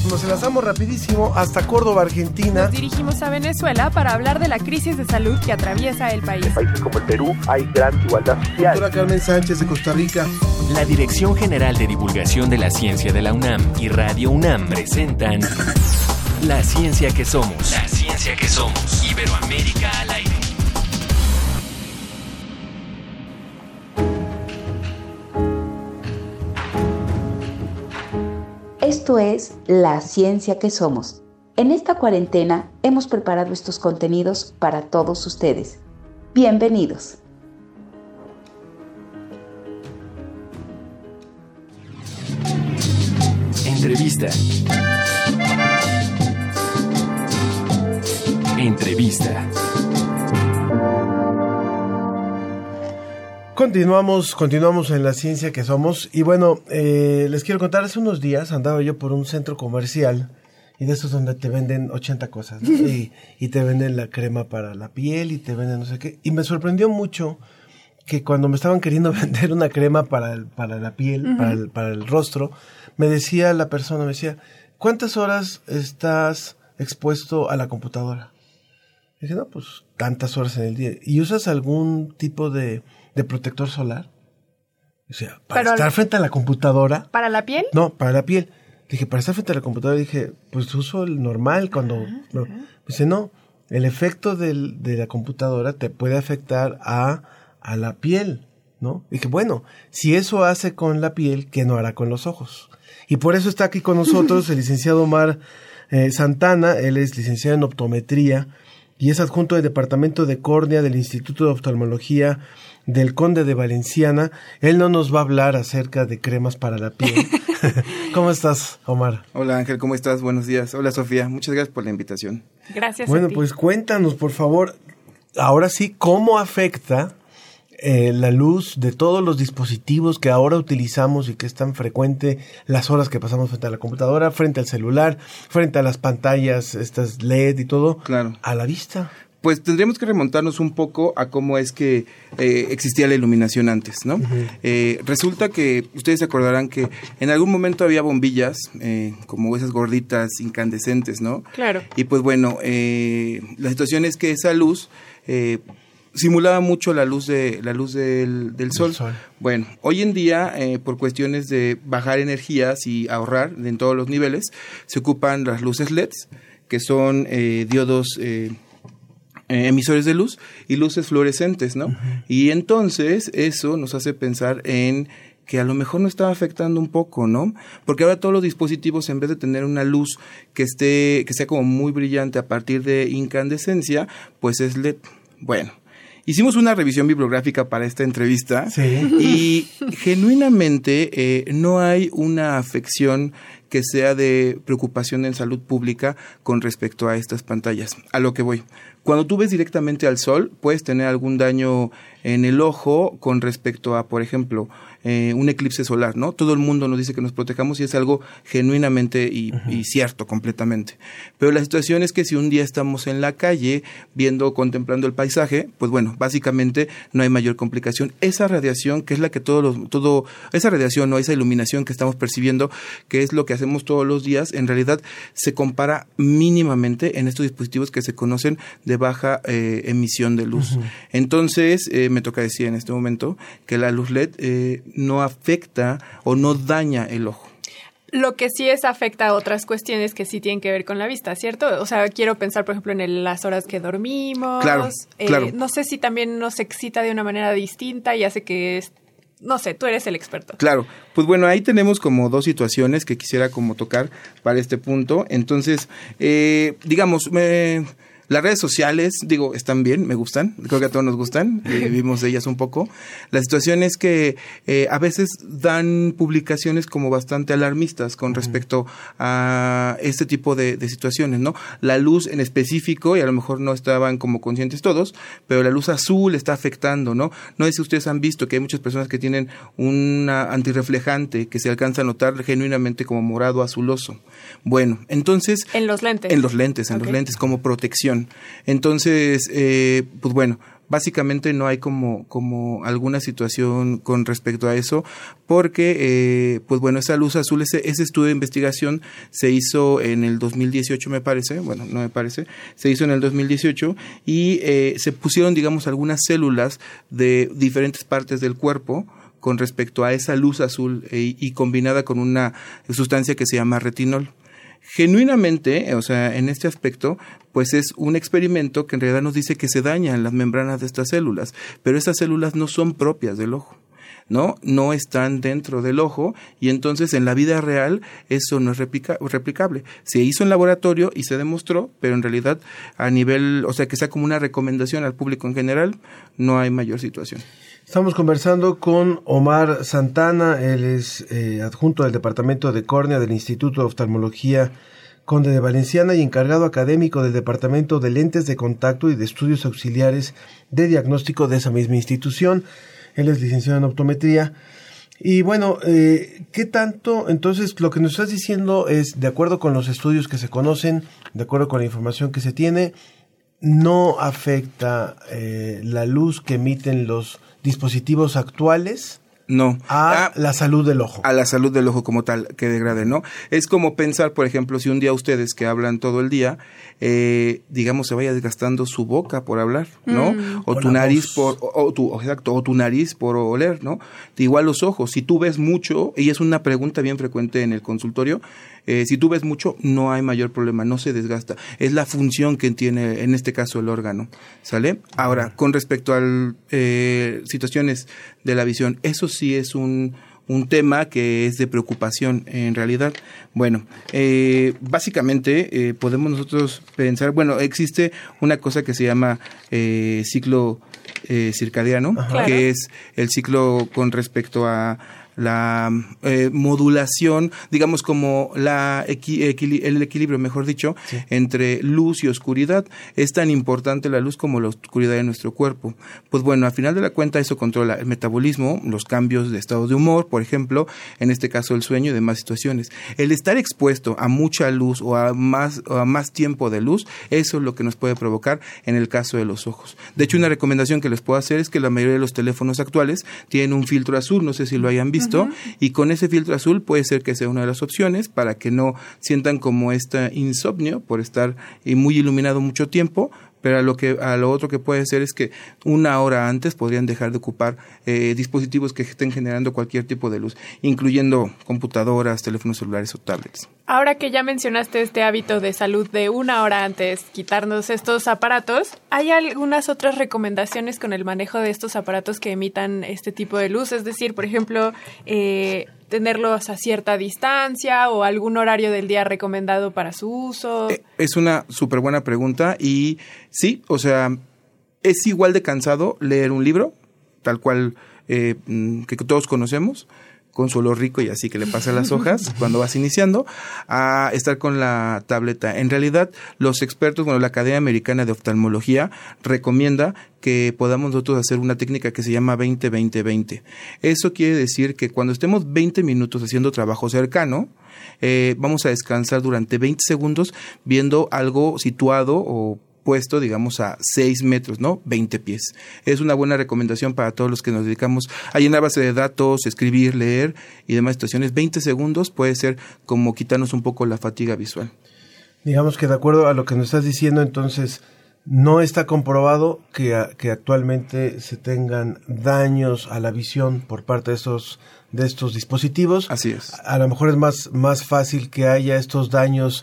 Nos enlazamos rapidísimo hasta Córdoba, Argentina. Nos dirigimos a Venezuela para hablar de la crisis de salud que atraviesa el país. En países como el Perú hay gran igualdad social. Doctora Carmen Sánchez de Costa Rica. La Dirección General de Divulgación de la Ciencia de la UNAM y Radio UNAM presentan La Ciencia que Somos. La Ciencia que Somos. Iberoamérica al aire. Esto es La Ciencia que Somos. En esta cuarentena hemos preparado estos contenidos para todos ustedes. Bienvenidos. Entrevista. Continuamos en La Ciencia que Somos. Y bueno, les quiero contar, hace unos días andaba yo por un centro comercial y de esos donde te venden 80 cosas, ¿no? y te venden la crema para la piel y te venden no sé qué. Y me sorprendió mucho que cuando me estaban queriendo vender una crema para la piel, uh-huh, para el rostro, me decía la persona, me decía, ¿cuántas horas estás expuesto a la computadora? Y dije, no, pues tantas horas en el día. ¿Y usas algún tipo de protector solar? O sea, para estar frente a la computadora. ¿Para la piel? No, para la piel. Dije, para estar frente a la computadora, dije, pues uso el normal cuando... No. Dice, no, el efecto de la computadora te puede afectar a la piel, ¿no? Dije, bueno, si eso hace con la piel, ¿qué no hará con los ojos? Y por eso está aquí con nosotros el licenciado Omar Santana. Él es licenciado en optometría y es adjunto del Departamento de Córnea del Instituto de Oftalmología del Conde de Valenciana. Él no nos va a hablar acerca de cremas para la piel. ¿Cómo estás, Omar? Hola, Ángel, ¿cómo estás? Buenos días. Hola, Sofía. Muchas gracias por la invitación. Gracias. Bueno, pues cuéntanos, por favor, ahora sí, ¿cómo afecta la luz de todos los dispositivos que ahora utilizamos y que es tan frecuente, las horas que pasamos frente a la computadora, frente al celular, frente a las pantallas, estas LED y todo, claro, a la vista? Pues tendríamos que remontarnos un poco a cómo es que existía la iluminación antes, ¿no? Uh-huh. Resulta que ustedes se acordarán que en algún momento había bombillas, como esas gorditas incandescentes, ¿no? Claro. Y pues bueno, la situación es que esa luz simulaba mucho la luz del sol. Bueno, hoy en día, por cuestiones de bajar energías y ahorrar en todos los niveles, se ocupan las luces LEDs, que son diodos emisores de luz y luces fluorescentes, ¿no? Uh-huh. Y entonces eso nos hace pensar en que a lo mejor nos estaba afectando un poco, ¿no? Porque ahora todos los dispositivos, en vez de tener una luz que sea como muy brillante a partir de incandescencia, pues es LED. Bueno, hicimos una revisión bibliográfica para esta entrevista, sí, y genuinamente no hay una afección que sea de preocupación en salud pública con respecto a estas pantallas. A lo que voy. Cuando tú ves directamente al sol, puedes tener algún daño en el ojo con respecto a, por ejemplo, un eclipse solar, ¿no? Todo el mundo nos dice que nos protejamos y es algo genuinamente y cierto completamente. Pero la situación es que si un día estamos en la calle contemplando el paisaje, pues bueno, básicamente no hay mayor complicación. Esa radiación, que es la que esa radiación o esa iluminación que estamos percibiendo, que es lo que hacemos todos los días, en realidad se compara mínimamente en estos dispositivos que se conocen de baja emisión de luz. Uh-huh. Entonces, me toca decir en este momento que la luz LED no afecta o no daña el ojo. Lo que sí afecta a otras cuestiones que sí tienen que ver con la vista, ¿cierto? O sea, quiero pensar, por ejemplo, en las horas que dormimos. Claro, claro. No sé si también nos excita de una manera distinta y hace que... No sé, tú eres el experto. Claro, pues bueno, ahí tenemos como dos situaciones que quisiera como tocar para este punto. Entonces, digamos... Las redes sociales, están bien, me gustan, creo que a todos nos gustan, vivimos de ellas un poco. La situación es que a veces dan publicaciones como bastante alarmistas con respecto a este tipo de situaciones, ¿no? La luz en específico, y a lo mejor no estaban como conscientes todos, pero la luz azul está afectando, ¿no? No sé si ustedes han visto que hay muchas personas que tienen una antirreflejante que se alcanza a notar genuinamente como morado azuloso. Bueno, entonces... En los lentes. En los lentes como protección. Entonces, pues bueno, básicamente no hay como alguna situación con respecto a eso, porque, pues bueno, esa luz azul, ese estudio de investigación se hizo en el 2018, se hizo en el 2018 y se pusieron, digamos, algunas células de diferentes partes del cuerpo con respecto a esa luz azul y combinada con una sustancia que se llama retinol. Genuinamente, o sea, en este aspecto, pues es un experimento que en realidad nos dice que se dañan las membranas de estas células, pero estas células no son propias del ojo, no están dentro del ojo, y entonces en la vida real eso no es replicable. Se hizo en laboratorio y se demostró, pero en realidad a nivel, o sea, que sea como una recomendación al público en general, no hay mayor situación. Estamos conversando con Omar Santana, él es adjunto del Departamento de Córnea del Instituto de Oftalmología Conde de Valenciana y encargado académico del Departamento de Lentes de Contacto y de Estudios Auxiliares de Diagnóstico de esa misma institución. Él es licenciado en optometría. Y bueno, ¿qué tanto? Entonces, lo que nos estás diciendo es, de acuerdo con los estudios que se conocen, de acuerdo con la información que se tiene, no afecta la luz que emiten los dispositivos actuales a la salud del ojo. A la salud del ojo como tal, que degrade, ¿no? Es como pensar, por ejemplo, si un día ustedes que hablan todo el día, digamos, se vaya desgastando su boca por hablar, ¿no? O tu nariz o tu nariz por oler, ¿no? Igual los ojos, si tú ves mucho, y es una pregunta bien frecuente en el consultorio, si tú ves mucho, no hay mayor problema, no se desgasta. Es la función que tiene, en este caso, el órgano, ¿sale? Ahora, con respecto a situaciones de la visión, eso sí es un tema que es de preocupación en realidad. Bueno, básicamente podemos nosotros pensar, bueno, existe una cosa que se llama ciclo circadiano, que es el ciclo con respecto a la modulación, digamos como el equilibrio, mejor dicho, sí, entre luz y oscuridad. Es tan importante la luz como la oscuridad de nuestro cuerpo. Pues bueno, al final de la cuenta eso controla el metabolismo, los cambios de estado de humor, por ejemplo, en este caso el sueño y demás situaciones. El estar expuesto a mucha luz o a más tiempo de luz, eso es lo que nos puede provocar en el caso de los ojos. De hecho, una recomendación que les puedo hacer es que la mayoría de los teléfonos actuales tienen un filtro azul, no sé si lo hayan visto, y con ese filtro azul puede ser que sea una de las opciones para que no sientan como este insomnio por estar muy iluminado mucho tiempo. Pero a lo otro que puede ser es que una hora antes podrían dejar de ocupar dispositivos que estén generando cualquier tipo de luz, incluyendo computadoras, teléfonos celulares o tablets. Ahora que ya mencionaste este hábito de salud de una hora antes quitarnos estos aparatos, ¿hay algunas otras recomendaciones con el manejo de estos aparatos que emitan este tipo de luz? Es decir, por ejemplo, tenerlos a cierta distancia o algún horario del día recomendado para su uso. Es una súper buena pregunta y sí, o sea, es igual de cansado leer un libro, tal cual que todos conocemos, con su olor rico y así que le pasa las hojas cuando vas iniciando, a estar con la tableta. En realidad, los expertos, la Academia Americana de Oftalmología recomienda que podamos nosotros hacer una técnica que se llama 20-20-20. Eso quiere decir que cuando estemos 20 minutos haciendo trabajo cercano, vamos a descansar durante 20 segundos viendo algo situado o puesto, digamos, a 6 metros, ¿no? 20 pies. Es una buena recomendación para todos los que nos dedicamos a llenar base de datos, escribir, leer y demás situaciones. 20 segundos puede ser como quitarnos un poco la fatiga visual. Digamos que de acuerdo a lo que nos estás diciendo, entonces, no está comprobado que actualmente se tengan daños a la visión por parte de estos dispositivos. Así es. A lo mejor es más fácil que haya estos daños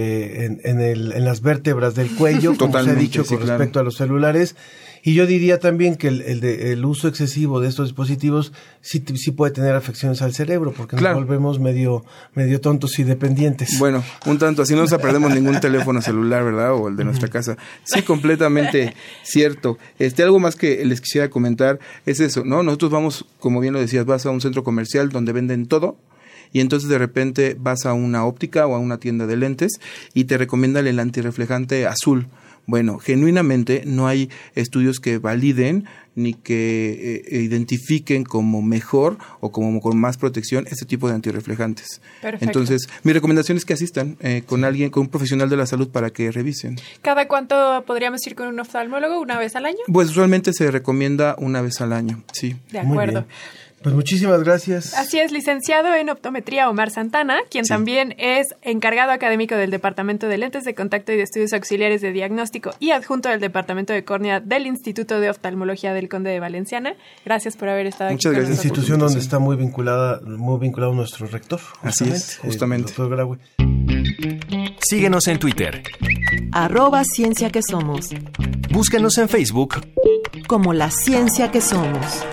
en las vértebras del cuello, como se ha dicho, sí, con respecto a los celulares. Y yo diría también que el uso excesivo de estos dispositivos sí puede tener afecciones al cerebro, porque nos volvemos medio tontos y dependientes. Bueno, un tanto, así no nos perdemos ningún teléfono celular, ¿verdad? O el de nuestra casa. Sí, completamente cierto. Algo más que les quisiera comentar es eso, ¿no? Nosotros vamos, como bien lo decías, vas a un centro comercial donde venden todo, y entonces de repente vas a una óptica o a una tienda de lentes y te recomiendan el antirreflejante azul. Bueno, genuinamente no hay estudios que validen ni que identifiquen como mejor o como con más protección este tipo de antirreflejantes. Perfecto. Entonces, mi recomendación es que asistan con alguien, con un profesional de la salud para que revisen. ¿Cada cuánto podríamos ir con un oftalmólogo? ¿Una vez al año? Pues usualmente se recomienda una vez al año, sí. De Muy acuerdo. bien. Pues muchísimas gracias. Así es, licenciado en optometría Omar Santana, quien también es encargado académico del Departamento de Lentes de Contacto y de Estudios Auxiliares de Diagnóstico y adjunto del Departamento de Córnea del Instituto de Oftalmología del Conde de Valenciana. Gracias por haber estado Muchas aquí. gracias. Con nosotros. Institución donde está muy vinculado nuestro rector. Así es, justamente. El doctor Graue. Síguenos en Twitter. @Ciencia que Somos. Búscanos en Facebook Como la ciencia que somos.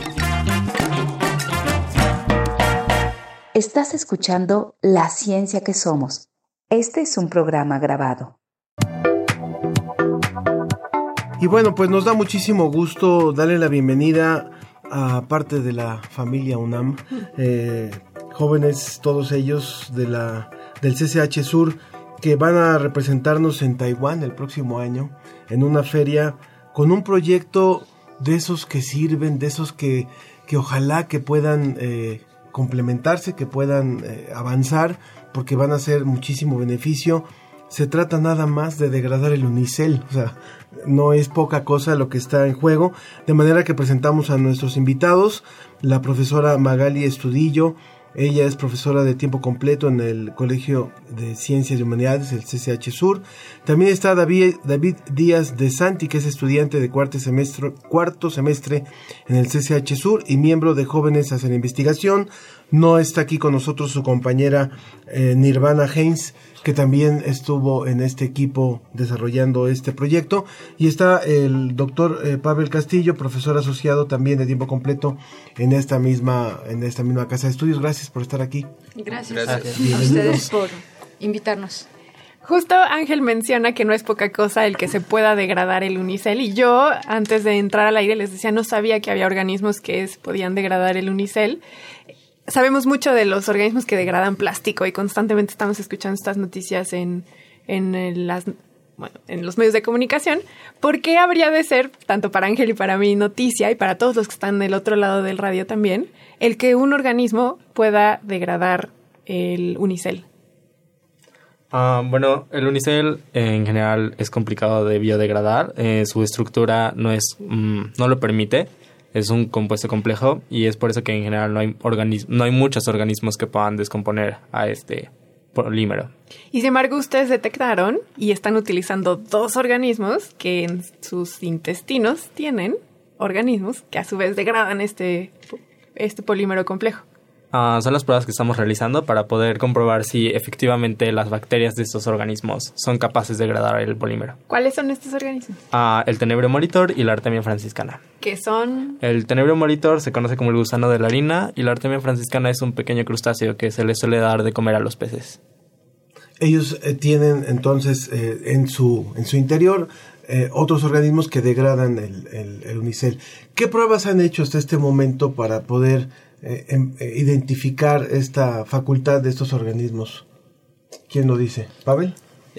Estás escuchando La Ciencia que Somos. Este es un programa grabado. Y bueno, pues nos da muchísimo gusto darle la bienvenida a parte de la familia UNAM, jóvenes todos ellos del CCH Sur, que van a representarnos en Taiwán el próximo año en una feria con un proyecto de esos que sirven, de esos que ojalá que puedan complementarse, que puedan avanzar, porque van a hacer muchísimo beneficio. Se trata nada más de degradar el unicel, o sea, no es poca cosa lo que está en juego, de manera que presentamos a nuestros invitados, la profesora Magali Estudillo. Ella es profesora de tiempo completo en el Colegio de Ciencias y Humanidades, el CCH Sur. También está David Díaz de Santi, que es estudiante de cuarto semestre en el CCH Sur y miembro de Jóvenes Hacia la Investigación. No está aquí con nosotros su compañera Nirvana Haynes, que también estuvo en este equipo desarrollando este proyecto. Y está el doctor Pavel Castillo, profesor asociado también de tiempo completo en esta misma casa de estudios. Gracias por estar aquí. Gracias. Ah, A ustedes por invitarnos. Justo Ángel menciona que no es poca cosa el que se pueda degradar el unicel, y yo antes de entrar al aire les decía, no sabía que había organismos que podían degradar el unicel. Sabemos mucho de los organismos que degradan plástico y constantemente estamos escuchando estas noticias en los medios de comunicación. ¿Por qué habría de ser, tanto para Ángel y para mí, noticia, y para todos los que están del otro lado del radio también, el que un organismo pueda degradar el unicel? Bueno, el unicel en general es complicado de biodegradar. Su estructura no lo permite. Es un compuesto complejo y es por eso que en general no hay muchos organismos que puedan descomponer a este polímero. Y sin embargo, ustedes detectaron y están utilizando 2 organismos que en sus intestinos tienen organismos que a su vez degradan este polímero complejo. Son las pruebas que estamos realizando para poder comprobar si efectivamente las bacterias de estos organismos son capaces de degradar el polímero. ¿Cuáles son estos organismos? El Tenebrio molitor y la Artemia franciscana. ¿Qué son? El Tenebrio molitor se conoce como el gusano de la harina y la Artemia franciscana es un pequeño crustáceo que se le suele dar de comer a los peces. Ellos tienen entonces en su interior otros organismos que degradan el unicel. ¿Qué pruebas han hecho hasta este momento para poder identificar esta facultad de estos organismos? ¿Quién lo dice? ¿Pavel?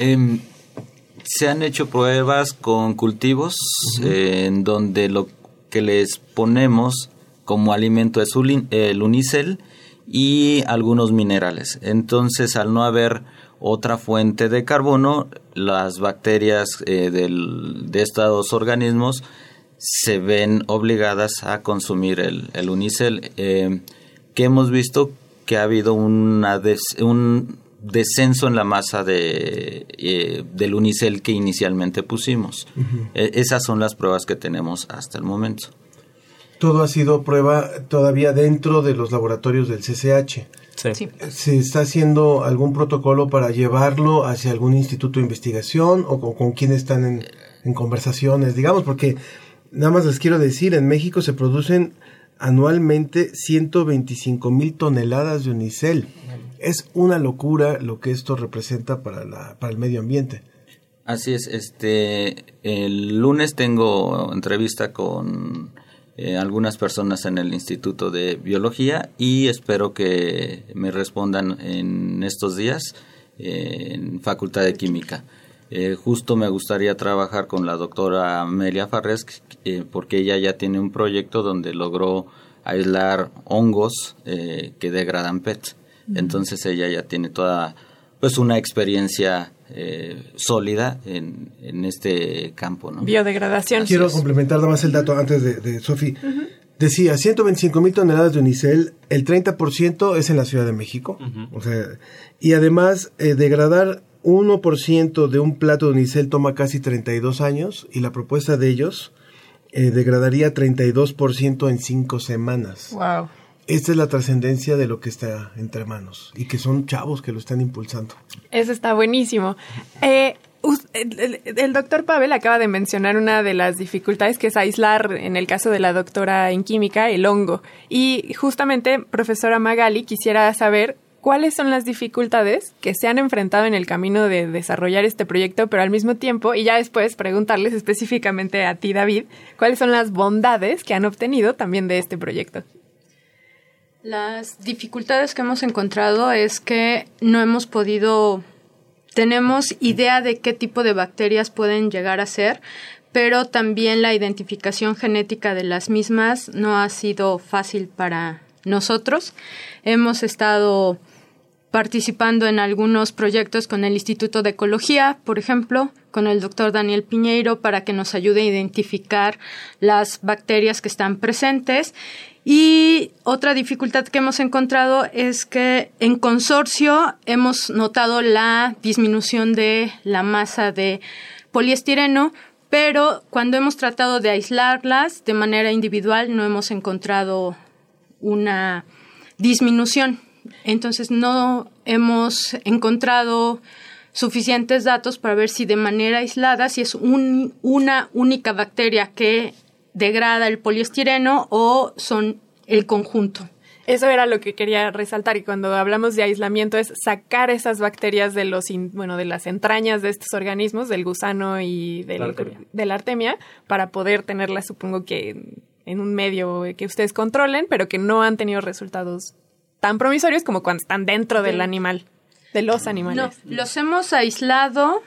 Se han hecho pruebas con cultivos en donde lo que les ponemos como alimento es el unicel y algunos minerales. Entonces, al no haber otra fuente de carbono, las bacterias de estos organismos se ven obligadas a consumir el unicel, que hemos visto que ha habido un descenso en la masa del unicel que inicialmente pusimos. Esas son las pruebas que tenemos hasta el momento. Todo ha sido prueba todavía dentro de los laboratorios del CCH. Sí. ¿Se está haciendo algún protocolo para llevarlo hacia algún instituto de investigación o con quién están en conversaciones, digamos? Porque nada más les quiero decir, en México se producen anualmente 125,000 toneladas de unicel. Es una locura lo que esto representa para el medio ambiente. Así es. El lunes tengo entrevista con algunas personas en el Instituto de Biología y espero que me respondan en estos días en Facultad de Química. Justo me gustaría trabajar con la doctora Amelia Farrés, porque ella ya tiene un proyecto donde logró aislar hongos que degradan PET. Entonces ella ya tiene toda pues una experiencia sólida en este campo, ¿no? Biodegradación. Quiero complementar nada más el dato antes de Sofi. Decía, 125,000 toneladas de unicel, el 30% es en la Ciudad de México. O sea, y además, degradar 1% de un plato de unicel toma casi 32 años, y la propuesta de ellos degradaría 32% en 5 semanas. Wow. Esta es la trascendencia de lo que está entre manos, y que son chavos que lo están impulsando. Eso está buenísimo. El doctor Pavel acaba de mencionar una de las dificultades, que es aislar, en el caso de la doctora en química, el hongo. Y justamente, profesora Magali, quisiera saber cuáles son las dificultades que se han enfrentado en el camino de desarrollar este proyecto, pero al mismo tiempo, y ya después preguntarles específicamente a ti, David, cuáles son las bondades que han obtenido también de este proyecto. Las dificultades que hemos encontrado es que no hemos podido, tenemos idea de qué tipo de bacterias pueden llegar a ser, pero también la identificación genética de las mismas no ha sido fácil para nosotros. Hemos estado participando en algunos proyectos con el Instituto de Ecología, por ejemplo, con el doctor Daniel Piñeiro, para que nos ayude a identificar las bacterias que están presentes. Y otra dificultad que hemos encontrado es que en consorcio hemos notado la disminución de la masa de poliestireno, pero cuando hemos tratado de aislarlas de manera individual no hemos encontrado una disminución. Entonces no hemos encontrado suficientes datos para ver si de manera aislada, si es una única bacteria que degrada el poliestireno o son el conjunto. Eso era lo que quería resaltar, y cuando hablamos de aislamiento es sacar esas bacterias de de las entrañas de estos organismos, del gusano y de la artemia, para poder tenerlas, supongo que en un medio que ustedes controlen, pero que no han tenido resultados tan promisorios como cuando están dentro del animal, de los animales. No, los hemos aislado,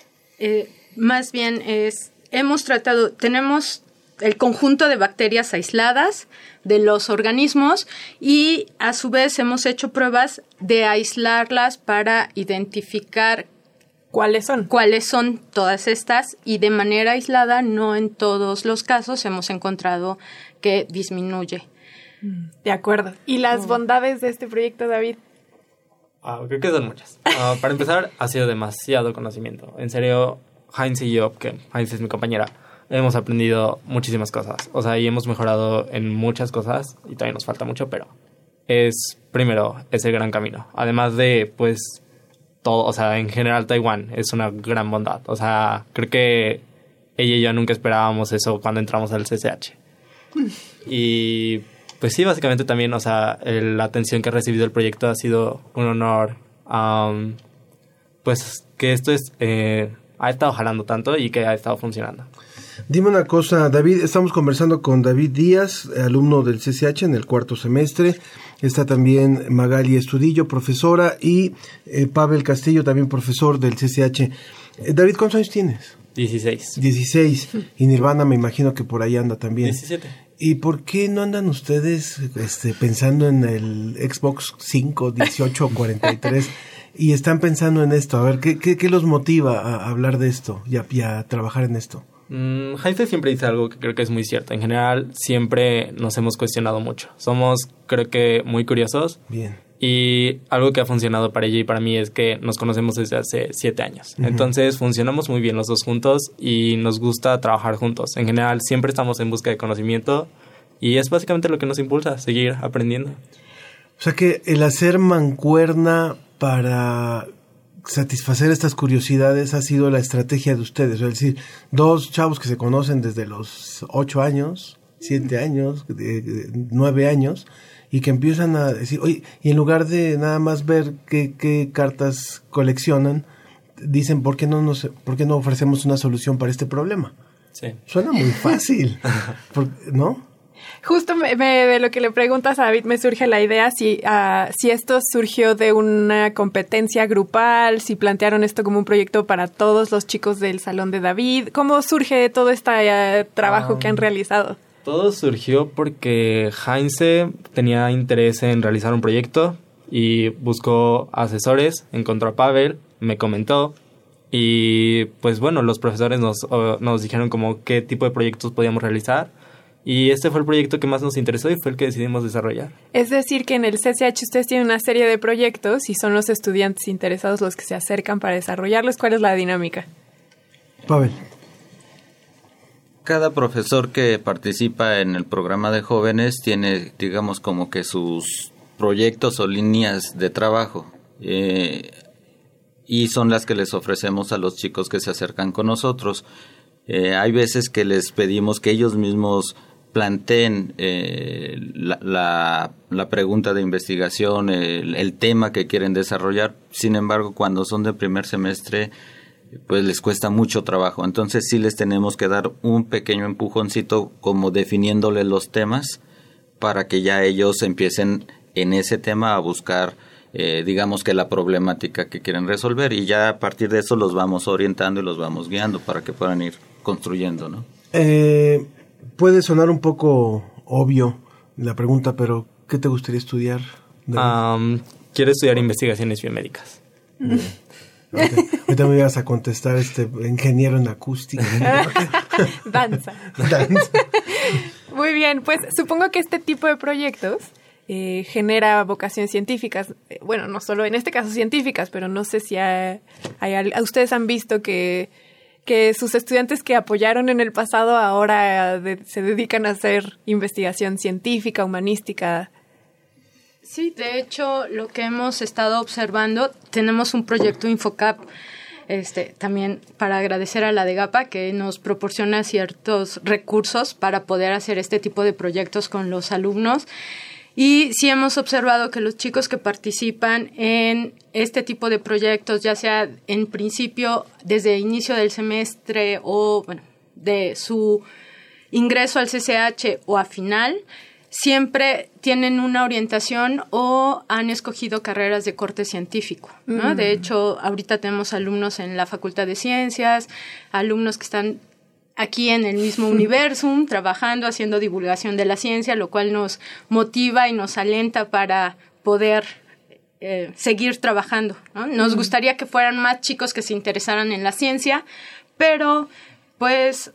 más bien hemos tratado, tenemos el conjunto de bacterias aisladas de los organismos, y a su vez hemos hecho pruebas de aislarlas para identificar cuáles son todas estas, y de manera aislada no en todos los casos hemos encontrado que disminuye. De acuerdo. ¿Y las bondades de este proyecto, David? Creo que son muchas. Para empezar, ha sido demasiado conocimiento. En serio, Heinz y yo, que Heinz es mi compañera, hemos aprendido muchísimas cosas. O sea, y hemos mejorado en muchas cosas, y todavía nos falta mucho, pero primero, es el gran camino. Además de, pues, todo, o sea, en general Taiwán es una gran bondad. O sea, creo que ella y yo nunca esperábamos eso cuando entramos al CCH. Y pues sí, básicamente también, o sea, la atención que ha recibido el proyecto ha sido un honor. Pues que esto ha estado jalando tanto y que ha estado funcionando. Dime una cosa, David, estamos conversando con David Díaz, alumno del CCH en el 4º semestre. Está también Magali Estudillo, profesora, y Pavel Castillo, también profesor del CCH. David, ¿cuántos años tienes? 16. Y Nirvana me imagino que por ahí anda también. 17. ¿Y por qué no andan ustedes pensando en el Xbox 5, 18 o 43 y están pensando en esto? A ver, ¿qué los motiva a hablar de esto y a trabajar en esto? Heinz siempre dice algo que creo que es muy cierto. En general, siempre nos hemos cuestionado mucho. Somos, creo que, muy curiosos. Bien. Y algo que ha funcionado para ella y para mí es que nos conocemos desde hace 7 años. Uh-huh. Entonces, funcionamos muy bien los dos juntos y nos gusta trabajar juntos. En general, siempre estamos en busca de conocimiento y es básicamente lo que nos impulsa a seguir aprendiendo. O sea que el hacer mancuerna para satisfacer estas curiosidades ha sido la estrategia de ustedes. Es decir, dos chavos que se conocen desde los 8 años, 7 años, 9 años, y que empiezan a decir, oye, y en lugar de nada más ver qué cartas coleccionan, dicen, ¿por qué no ofrecemos una solución para este problema? Sí. Suena muy fácil, ¿no? Justo de lo que le preguntas a David me surge la idea si esto surgió de una competencia grupal, si plantearon esto como un proyecto para todos los chicos del Salón de David. ¿Cómo surge todo este trabajo que han realizado? Todo surgió porque Heinze tenía interés en realizar un proyecto y buscó asesores, encontró a Pavel, me comentó y pues bueno, los profesores nos dijeron como qué tipo de proyectos podíamos realizar. Y este fue el proyecto que más nos interesó y fue el que decidimos desarrollar. Es decir, que en el CCH ustedes tienen una serie de proyectos y son los estudiantes interesados los que se acercan para desarrollarlos. ¿Cuál es la dinámica? Pavel. Cada profesor que participa en el programa de jóvenes tiene, digamos, como que sus proyectos o líneas de trabajo. Y son las que les ofrecemos a los chicos que se acercan con nosotros. Hay veces que les pedimos que ellos mismos planteen la pregunta de investigación, el tema que quieren desarrollar. Sin embargo, cuando son de primer semestre, pues les cuesta mucho trabajo. Entonces sí les tenemos que dar un pequeño empujoncito como definiéndoles los temas para que ya ellos empiecen en ese tema a buscar, digamos que la problemática que quieren resolver, y ya a partir de eso los vamos orientando y los vamos guiando para que puedan ir construyendo, ¿no? Puede sonar un poco obvio la pregunta, pero ¿qué te gustaría estudiar? Quiero estudiar investigaciones biomédicas. Okay. Ahorita me ibas a contestar ingeniero en acústica. Danza. Muy bien, pues supongo que este tipo de proyectos genera vocaciones científicas. Bueno, no solo en este caso científicas, pero no sé si ustedes han visto que sus estudiantes que apoyaron en el pasado ahora se dedican a hacer investigación científica, humanística. Sí, de hecho, lo que hemos estado observando, tenemos un proyecto Infocap, también para agradecer a la DEGAPA que nos proporciona ciertos recursos para poder hacer este tipo de proyectos con los alumnos. Y sí hemos observado que los chicos que participan en este tipo de proyectos, ya sea en principio desde inicio del semestre o bueno, de su ingreso al CCH o a final, siempre tienen una orientación o han escogido carreras de corte científico, ¿no? De hecho, ahorita tenemos alumnos en la Facultad de Ciencias, alumnos que están aquí en el mismo Universum, trabajando, haciendo divulgación de la ciencia, lo cual nos motiva y nos alenta para poder seguir trabajando, ¿no? Nos gustaría que fueran más chicos que se interesaran en la ciencia, pero pues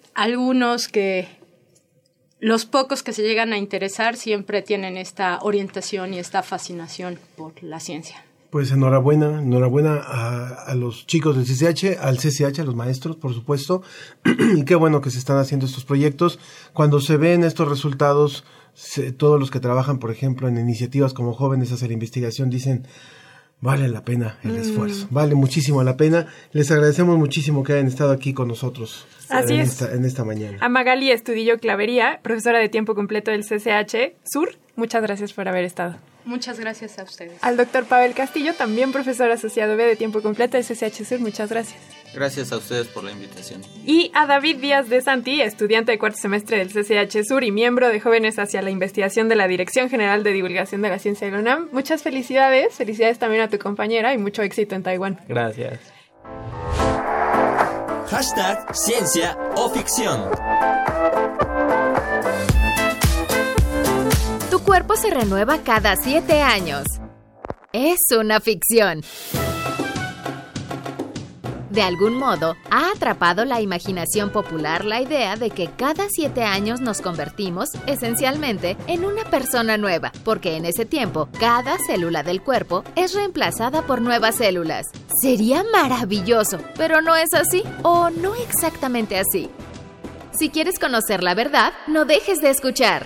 los pocos que se llegan a interesar siempre tienen esta orientación y esta fascinación por la ciencia. Pues enhorabuena a los chicos del CCH, al CCH, a los maestros, por supuesto, y qué bueno que se están haciendo estos proyectos. Cuando se ven estos resultados, todos los que trabajan, por ejemplo, en iniciativas como Jóvenes hacia la Investigación, dicen, vale la pena el esfuerzo, vale muchísimo la pena. Les agradecemos muchísimo que hayan estado aquí con nosotros. Así en esta mañana. A Magali Estudillo Clavería, profesora de tiempo completo del CCH Sur, muchas gracias por haber estado. Muchas gracias a ustedes. Al doctor Pavel Castillo, también profesor asociado B de tiempo completo del CCH Sur, muchas gracias. Gracias a ustedes por la invitación. Y a David Díaz de Santi, estudiante de cuarto semestre del CCH Sur y miembro de Jóvenes hacia la Investigación de la Dirección General de Divulgación de la Ciencia de la UNAM. Muchas felicidades. Felicidades también a tu compañera y mucho éxito en Taiwán. Gracias. Hashtag Ciencia o Ficción. Tu cuerpo se renueva cada 7 años. Es una ficción. De algún modo, ha atrapado la imaginación popular la idea de que cada 7 años nos convertimos, esencialmente, en una persona nueva, porque en ese tiempo, cada célula del cuerpo es reemplazada por nuevas células. Sería maravilloso, pero no es así, o no exactamente así. Si quieres conocer la verdad, no dejes de escuchar.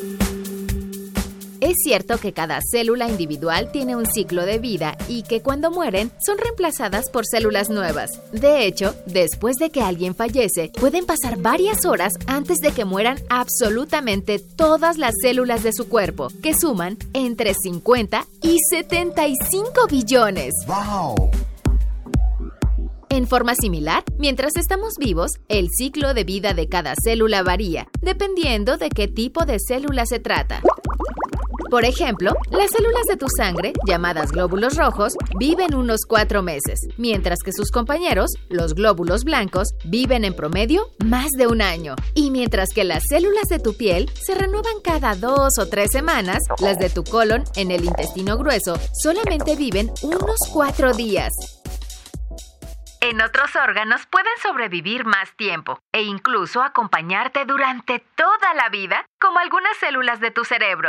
Es cierto que cada célula individual tiene un ciclo de vida y que cuando mueren son reemplazadas por células nuevas. De hecho, después de que alguien fallece, pueden pasar varias horas antes de que mueran absolutamente todas las células de su cuerpo, que suman entre 50 y 75 billones. ¡Wow! En forma similar, mientras estamos vivos, el ciclo de vida de cada célula varía, dependiendo de qué tipo de célula se trata. Por ejemplo, las células de tu sangre, llamadas glóbulos rojos, viven unos 4 meses, mientras que sus compañeros, los glóbulos blancos, viven en promedio más de 1 año. Y mientras que las células de tu piel se renuevan cada 2 o 3 semanas, las de tu colon, en el intestino grueso, solamente viven unos 4 días. En otros órganos pueden sobrevivir más tiempo e incluso acompañarte durante toda la vida, como algunas células de tu cerebro.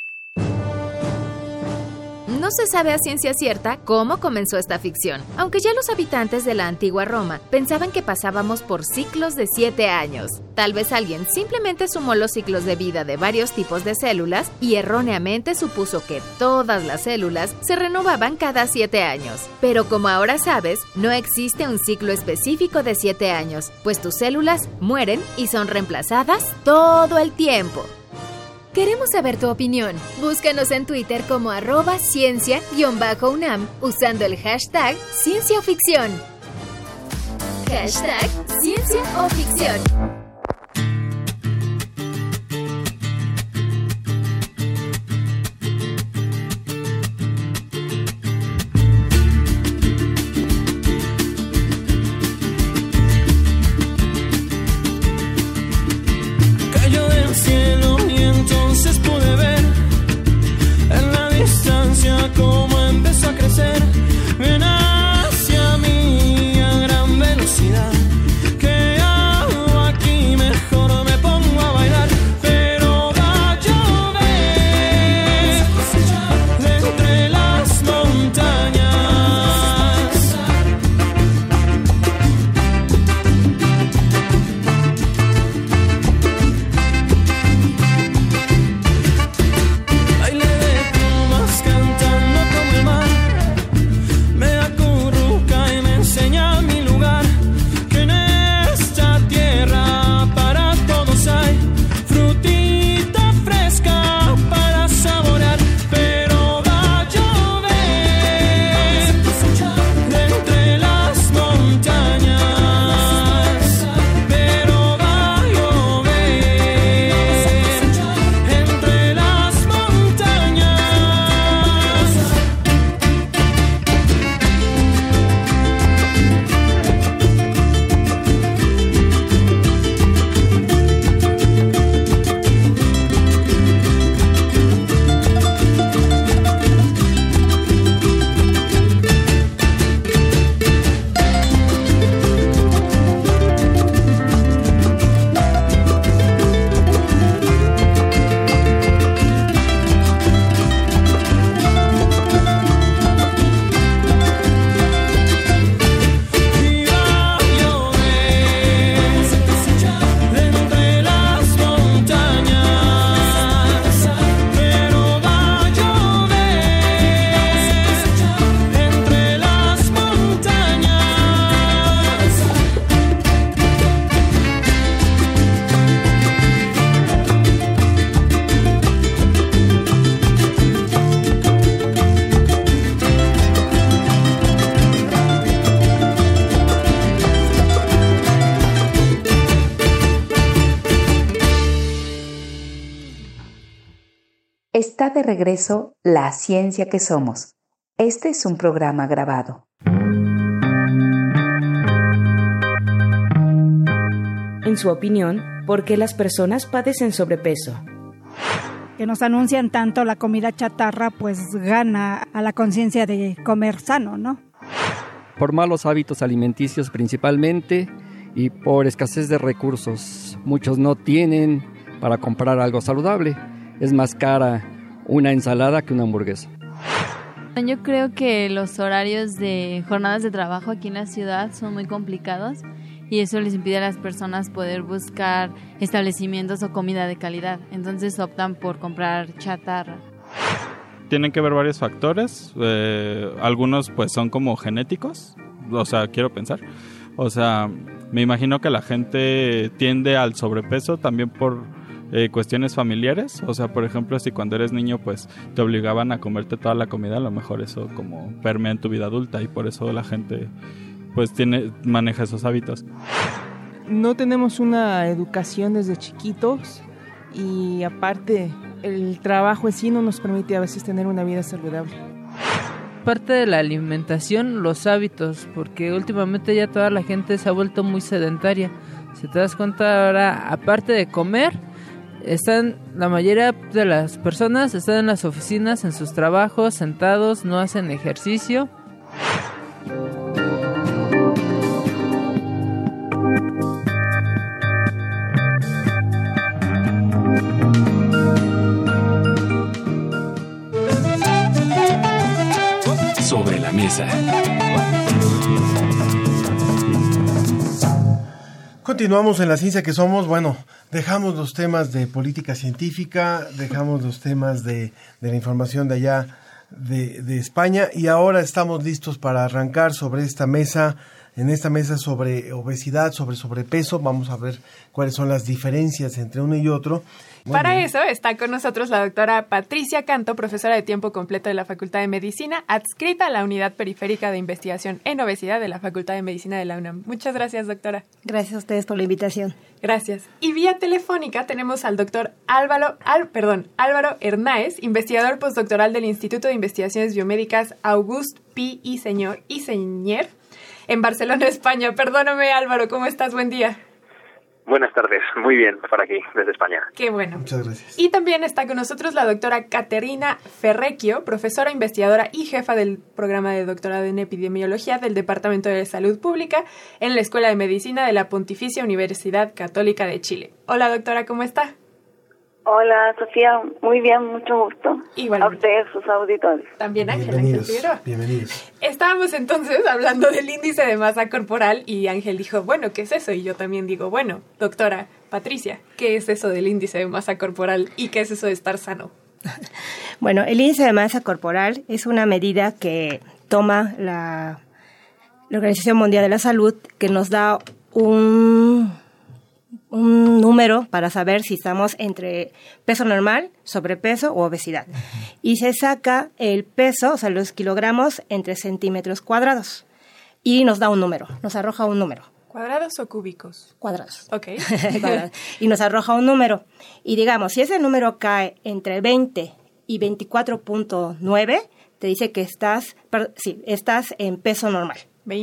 No se sabe a ciencia cierta cómo comenzó esta ficción, aunque ya los habitantes de la antigua Roma pensaban que pasábamos por ciclos de 7 años. Tal vez alguien simplemente sumó los ciclos de vida de varios tipos de células y erróneamente supuso que todas las células se renovaban cada 7 años. Pero como ahora sabes, no existe un ciclo específico de 7 años, pues tus células mueren y son reemplazadas todo el tiempo. Queremos saber tu opinión. Búscanos en Twitter como @ciencia_UNAM usando el hashtag Ciencia o Ficción. Hashtag Ciencia o Ficción. Cayó del cielo y entonces pude ver en la distancia cómo empezó a crecer. Ven hacia mí a gran velocidad. ¿Qué hago aquí? Mejor me pongo a bailar. Pero va a llover de entre las montañas. Baile de plumas cantando como el mar. Me acurruca y me enseña mi lugar. Que en esta tierra para todos hay frutita fresca para saborear. Pero va a llover de entre las montañas. Pero va a llover entre las montañas. Y va a llover de entre las montañas. Pero va a llover entre las montañas. Está de regreso La Ciencia que Somos. Este es un programa grabado. En su opinión, ¿por qué las personas padecen sobrepeso? Que nos anuncian tanto la comida chatarra, pues gana a la conciencia de comer sano, ¿no? Por malos hábitos alimenticios principalmente y por escasez de recursos. Muchos no tienen para comprar algo saludable. Es más cara una ensalada que una hamburguesa. Yo creo que los horarios de jornadas de trabajo aquí en la ciudad son muy complicados y eso les impide a las personas poder buscar establecimientos o comida de calidad. Entonces optan por comprar chatarra. Tienen que ver varios factores. Algunos pues son como genéticos. O sea, quiero pensar. O sea, me imagino que la gente tiende al sobrepeso también por cuestiones familiares. O sea, por ejemplo, si cuando eres niño pues te obligaban a comerte toda la comida, a lo mejor eso como permea en tu vida adulta y por eso la gente pues maneja esos hábitos. No tenemos una educación desde chiquitos y aparte el trabajo en sí no nos permite a veces tener una vida saludable. Parte de la alimentación, los hábitos, porque últimamente ya toda la gente se ha vuelto muy sedentaria. Si te das cuenta ahora, aparte de comer, la mayoría de las personas están en las oficinas, en sus trabajos, sentados, no hacen ejercicio. Sobre la mesa. Continuamos en La Ciencia que Somos. Bueno, dejamos los temas de política científica, dejamos los temas de la información de allá de España y ahora estamos listos para arrancar sobre esta mesa, sobre obesidad, sobre sobrepeso. Vamos a ver cuáles son las diferencias entre uno y otro. Para eso está con nosotros la doctora Patricia Canto, profesora de tiempo completo de la Facultad de Medicina, adscrita a la Unidad Periférica de Investigación en Obesidad de la Facultad de Medicina de la UNAM. Muchas gracias, doctora. Gracias a ustedes por la invitación. Gracias. Y vía telefónica tenemos al doctor Álvaro Hernáez, investigador postdoctoral del Instituto de Investigaciones Biomédicas Auguste Pi y Señor en Barcelona, España. Perdóname, Álvaro, ¿cómo estás? Buen día. Buenas tardes, muy bien, por aquí, desde España. Qué bueno. Muchas gracias. Y también está con nosotros la doctora Caterina Ferrecchio, profesora investigadora y jefa del programa de doctorado en epidemiología del Departamento de Salud Pública en la Escuela de Medicina de la Pontificia Universidad Católica de Chile. Hola, doctora, ¿cómo está? Hola, Sofía, muy bien, mucho gusto. Igualmente. A ustedes, sus auditores. También Ángel Figueroa. Bienvenidos. Estábamos entonces hablando del índice de masa corporal y Ángel dijo, bueno, ¿qué es eso? Y yo también digo, bueno, doctora Patricia, ¿qué es eso del índice de masa corporal y qué es eso de estar sano? Bueno, el índice de masa corporal es una medida que toma la Organización Mundial de la Salud, que nos da un número para saber si estamos entre peso normal, sobrepeso o obesidad. Y se saca el peso, o sea, los kilogramos entre centímetros cuadrados. Y nos da un número, nos arroja un número. ¿Cuadrados o cúbicos? Cuadrados. Ok. Y nos arroja un número. Y digamos, si ese número cae entre 20 y 24.9, te dice que estás en peso normal.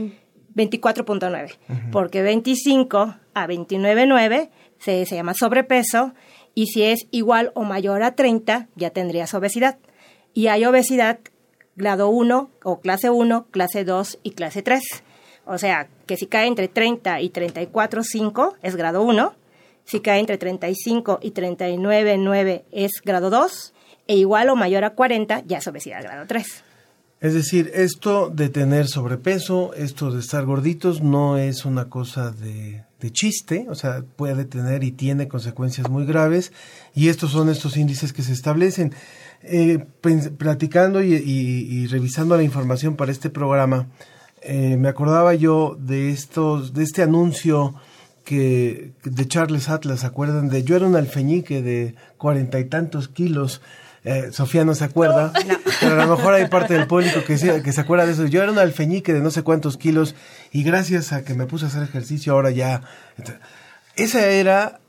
24.9, porque 25 a 29.9 se llama sobrepeso, y si es igual o mayor a 30 ya tendrías obesidad. Y hay obesidad grado 1 o clase 1, clase 2 y clase 3. O sea, que si cae entre 30 y 34.5 es grado 1, si cae entre 35 y 39.9 es grado 2, e igual o mayor a 40 ya es obesidad grado 3. Es decir, esto de tener sobrepeso, esto de estar gorditos, no es una cosa de chiste, o sea, puede tener y tiene consecuencias muy graves, y estos son estos índices que se establecen. Platicando y revisando la información para este programa, me acordaba yo de este anuncio de Charles Atlas, ¿se acuerdan? Yo era un alfeñique de 40 y tantos kilos. Sofía no se acuerda, pero a lo mejor hay parte del público que se acuerda de eso. Yo era un alfeñique de no sé cuántos kilos y gracias a que me puse a hacer ejercicio ahora ya... Eso era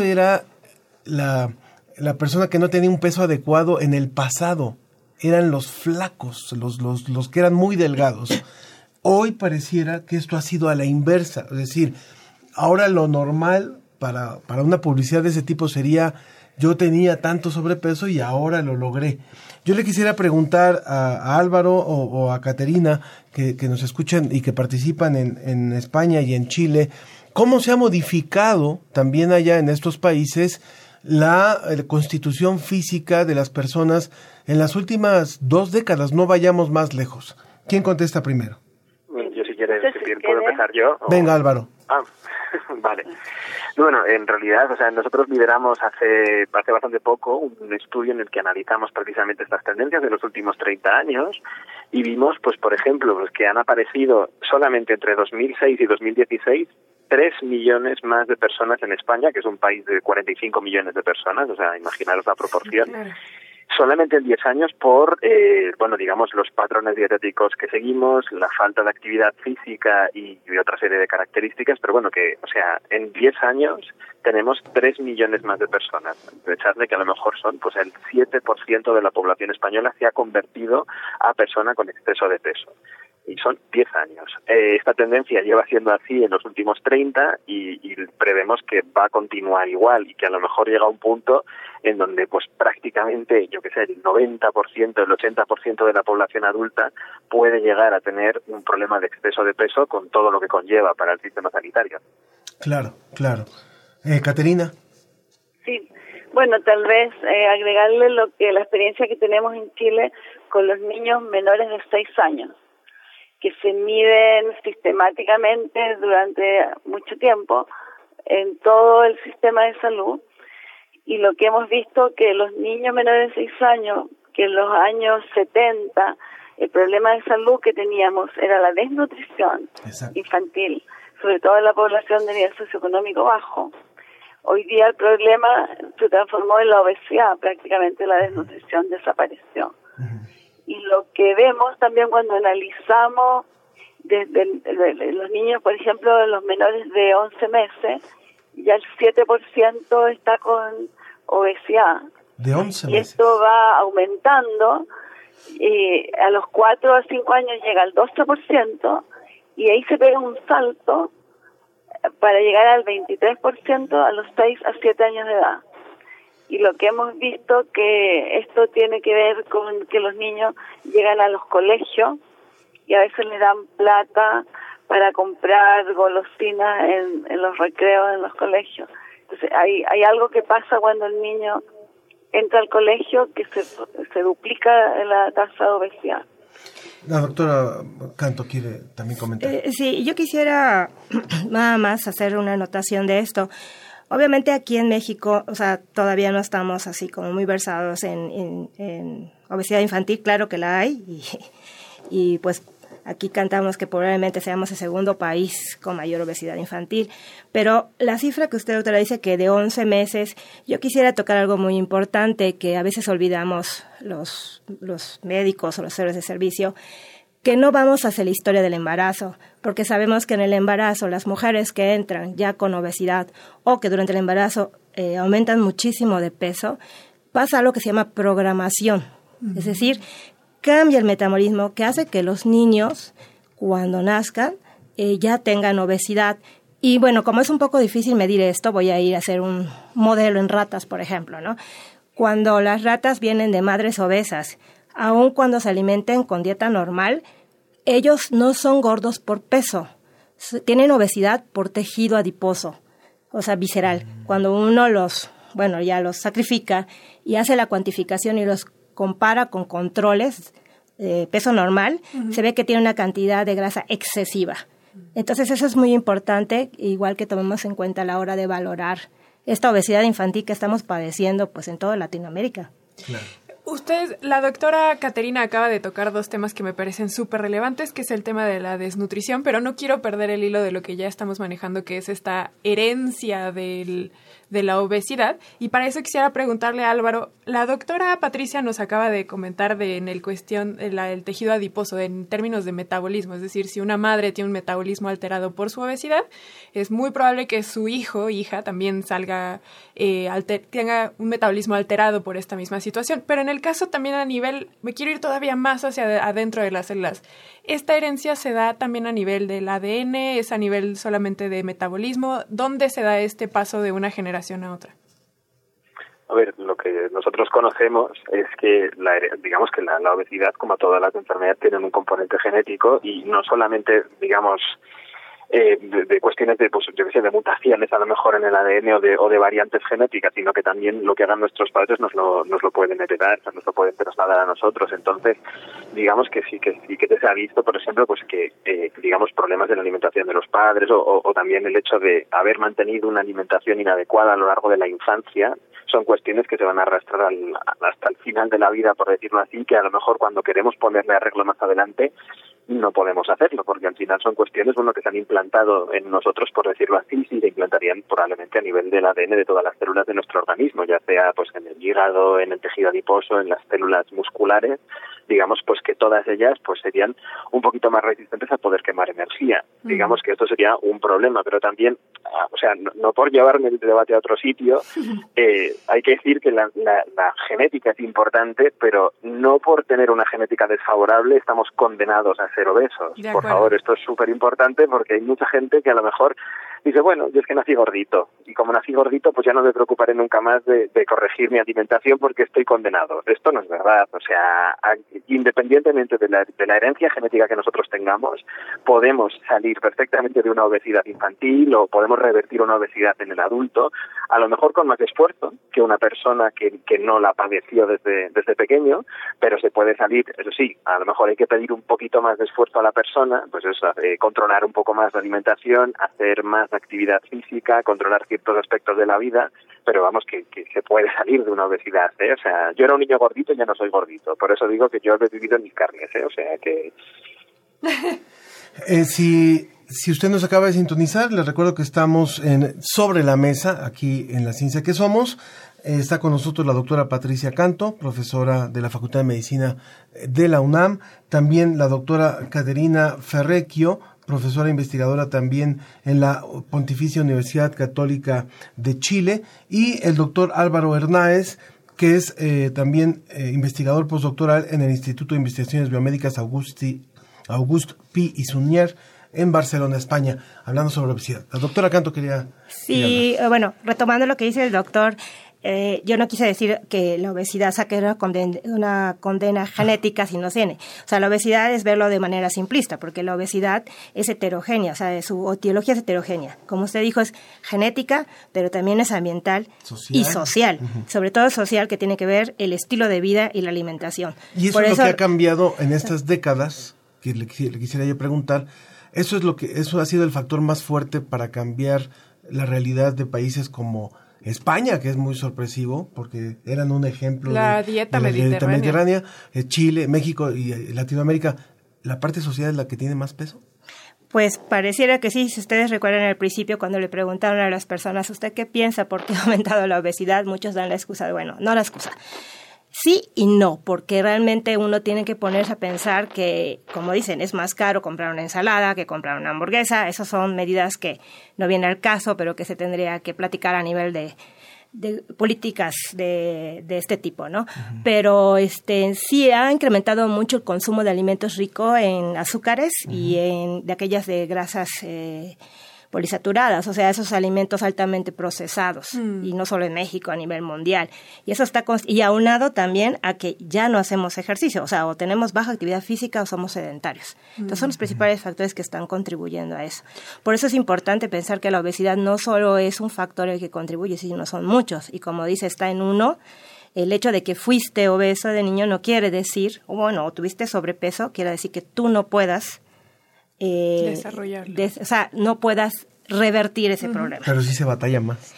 la persona que no tenía un peso adecuado en el pasado. Eran los flacos, los que eran muy delgados. Hoy pareciera que esto ha sido a la inversa. Es decir, ahora lo normal para una publicidad de ese tipo sería... Yo tenía tanto sobrepeso y ahora lo logré. Yo le quisiera preguntar a Álvaro o a Caterina, que nos escuchan y que participan en España y en Chile, ¿cómo se ha modificado también allá en estos países la constitución física de las personas en las últimas 2 décadas? No vayamos más lejos. ¿Quién contesta primero? Yo si quieres, ¿puedo empezar yo? Venga, Álvaro. Vale. Bueno, en realidad, nosotros lideramos hace bastante poco un estudio en el que analizamos precisamente estas tendencias de los últimos 30 años y vimos, pues por ejemplo, que han aparecido solamente entre 2006 y 2016 3 millones más de personas en España, que es un país de 45 millones de personas, o sea, imaginaros la proporción. Claro. Solamente en 10 años por, digamos, los patrones dietéticos que seguimos, la falta de actividad física y otra serie de características, pero bueno, en 10 años tenemos 3 millones más de personas. Echarle que a lo mejor son, pues el 7% de la población española se ha convertido a persona con exceso de peso. Y son 10 años. Esta tendencia lleva siendo así en los últimos 30 y prevemos que va a continuar igual y que a lo mejor llega a un punto en donde pues prácticamente, el 90%, el 80% de la población adulta puede llegar a tener un problema de exceso de peso con todo lo que conlleva para el sistema sanitario. Claro. Caterina. Sí, bueno, tal vez agregarle la experiencia que tenemos en Chile con los niños menores de 6 años. Que se miden sistemáticamente durante mucho tiempo en todo el sistema de salud, y lo que hemos visto que los niños menores de 6 años, que en los años 70 el problema de salud que teníamos era la desnutrición infantil, sobre todo en la población de nivel socioeconómico bajo. Hoy día el problema se transformó en la obesidad, prácticamente la desnutrición desapareció. Y lo que vemos también cuando analizamos desde los niños, por ejemplo, los menores de 11 meses, ya el 7% está con obesidad. De 11 meses. Y esto va aumentando, y a los 4 a 5 años llega al 12%, y ahí se pega un salto para llegar al 23% a los 6 a 7 años de edad. Y lo que hemos visto que esto tiene que ver con que los niños llegan a los colegios y a veces le dan plata para comprar golosinas en los recreos en los colegios. Entonces hay algo que pasa cuando el niño entra al colegio que se duplica la tasa de obesidad. La doctora Canto quiere también comentar. Sí, yo quisiera nada más hacer una anotación de esto. Obviamente aquí en México, todavía no estamos así como muy versados en obesidad infantil, claro que la hay, y pues aquí cantamos que probablemente seamos el segundo país con mayor obesidad infantil, pero la cifra que usted, doctora, dice que de 11 meses, yo quisiera tocar algo muy importante que a veces olvidamos los médicos o los héroes de servicio, que no vamos hacia la historia del embarazo, porque sabemos que en el embarazo las mujeres que entran ya con obesidad o que durante el embarazo aumentan muchísimo de peso, pasa algo que se llama programación, es decir, cambia el metabolismo que hace que los niños cuando nazcan ya tengan obesidad. Y bueno, como es un poco difícil medir esto, voy a ir a hacer un modelo en ratas, por ejemplo, ¿no? Cuando las ratas vienen de madres obesas, aun cuando se alimenten con dieta normal, ellos no son gordos por peso, tienen obesidad por tejido adiposo, visceral. Cuando uno ya los sacrifica y hace la cuantificación y los compara con controles de peso normal, se ve que tiene una cantidad de grasa excesiva. Entonces eso es muy importante, igual que tomemos en cuenta a la hora de valorar esta obesidad infantil que estamos padeciendo pues en toda Latinoamérica. Claro. La doctora Caterina acaba de tocar 2 temas que me parecen súper relevantes, que es el tema de la desnutrición, pero no quiero perder el hilo de lo que ya estamos manejando, que es esta herencia de la obesidad. Y para eso quisiera preguntarle a Álvaro, la doctora Patricia nos acaba de comentar en el cuestión del tejido adiposo en términos de metabolismo, es decir, si una madre tiene un metabolismo alterado por su obesidad, es muy probable que su hijo o hija también tenga un metabolismo alterado por esta misma situación. Pero en el caso también me quiero ir todavía más hacia adentro de las células. ¿Esta herencia se da también a nivel del ADN? ¿Es a nivel solamente de metabolismo? ¿Dónde se da este paso de una generación a otra? A ver, lo que nosotros conocemos es que la obesidad, como todas las enfermedades, tienen un componente genético y no solamente, de cuestiones de mutaciones a lo mejor en el ADN o de variantes genéticas, sino que también lo que hagan nuestros padres nos lo pueden heredar, nos lo pueden trasladar a nosotros. Entonces, digamos que sí que se ha visto, por ejemplo, pues que problemas de la alimentación de los padres o también el hecho de haber mantenido una alimentación inadecuada a lo largo de la infancia son cuestiones que se van a arrastrar hasta el final de la vida, por decirlo así, que a lo mejor cuando queremos ponerle arreglo más adelante no podemos hacerlo, porque al final son cuestiones que se han implantado en nosotros, por decirlo así, y se implantarían probablemente a nivel del ADN de todas las células de nuestro organismo, ya sea pues en el hígado, en el tejido adiposo, en las células musculares, digamos pues que todas ellas pues serían un poquito más resistentes a poder quemar energía. Digamos que esto sería un problema, pero también, o sea, no por llevarme el debate a otro sitio, hay que decir que la genética es importante, pero no por tener una genética desfavorable estamos condenados a ser obesos. Por favor, esto es súper importante porque hay mucha gente que a lo mejor dice, bueno, yo es que nací gordito, y como nací gordito, pues ya no me preocuparé nunca más de corregir mi alimentación porque estoy condenado. Esto no es verdad, o sea, independientemente de la herencia genética que nosotros tengamos, podemos salir perfectamente de una obesidad infantil o podemos revertir una obesidad en el adulto, a lo mejor con más esfuerzo que una persona que no la padeció desde pequeño, pero se puede salir, eso sí, a lo mejor hay que pedir un poquito más de esfuerzo a la persona, pues eso, controlar un poco más la alimentación, hacer más actividad física, controlar ciertos aspectos de la vida, pero vamos, que se puede salir de una obesidad, ¿eh? O sea, yo era un niño gordito y ya no soy gordito, por eso digo que yo he vivido en mis carnes, ¿eh? O sea, que... Si usted nos acaba de sintonizar, les recuerdo que estamos Sobre la Mesa, aquí en La Ciencia que Somos. Está con nosotros la doctora Patricia Canto, profesora de la Facultad de Medicina de la UNAM, también la doctora Caterina Ferrecchio, profesora investigadora también en la Pontificia Universidad Católica de Chile, y el doctor Álvaro Hernáez, que es también investigador postdoctoral en el Instituto de Investigaciones Biomédicas Auguste Pi y Sunyer en Barcelona, España, hablando sobre obesidad. La doctora Canto quería... Sí, bueno, retomando lo que dice el doctor, yo no quise decir que la obesidad saque una condena genética si no tiene. O sea, la obesidad es verlo de manera simplista, porque la obesidad es heterogénea, o sea, su etiología es heterogénea. Como usted dijo, es genética, pero también es ambiental y social. Sobre todo social, que tiene que ver el estilo de vida y la alimentación. Y eso es lo que ha cambiado en estas décadas, que le quisiera yo preguntar. Eso ha sido el factor más fuerte para cambiar la realidad de países como España, que es muy sorpresivo, porque eran un ejemplo de la dieta mediterránea, Chile, México y Latinoamérica. ¿La parte social es la que tiene más peso? Pues pareciera que sí. Si ustedes recuerdan al principio, cuando le preguntaron a las personas, ¿usted qué piensa? ¿Por qué ha aumentado la obesidad? Muchos dan la excusa de, bueno, no la excusa. Sí y no, porque realmente uno tiene que ponerse a pensar que, como dicen, es más caro comprar una ensalada que comprar una hamburguesa. Esas son medidas que no vienen al caso, pero que se tendría que platicar a nivel de políticas de este tipo, ¿no? Uh-huh. Pero sí ha incrementado mucho el consumo de alimentos ricos en azúcares uh-huh. y de aquellas de grasas polisaturadas, o sea, esos alimentos altamente procesados, y no solo en México, a nivel mundial. Y eso está y aunado también a que ya no hacemos ejercicio, o sea, o tenemos baja actividad física o somos sedentarios. Entonces son los principales factores que están contribuyendo a eso. Por eso es importante pensar que la obesidad no solo es un factor el que contribuye, sino son muchos, y como dice, está en uno. El hecho de que fuiste obeso de niño no quiere decir, o tuviste sobrepeso, quiere decir que tú no puedas desarrollarlo. O sea, no puedas revertir ese problema. Pero sí se batalla más.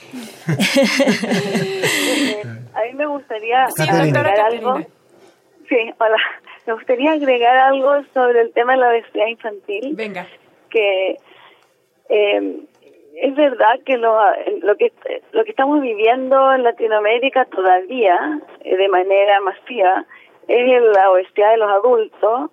A mí me gustaría agregar algo. Sí, hola. Me gustaría agregar algo sobre el tema de la obesidad infantil. Venga. Que es verdad que lo que estamos viviendo en Latinoamérica todavía, de manera masiva, es la obesidad de los adultos.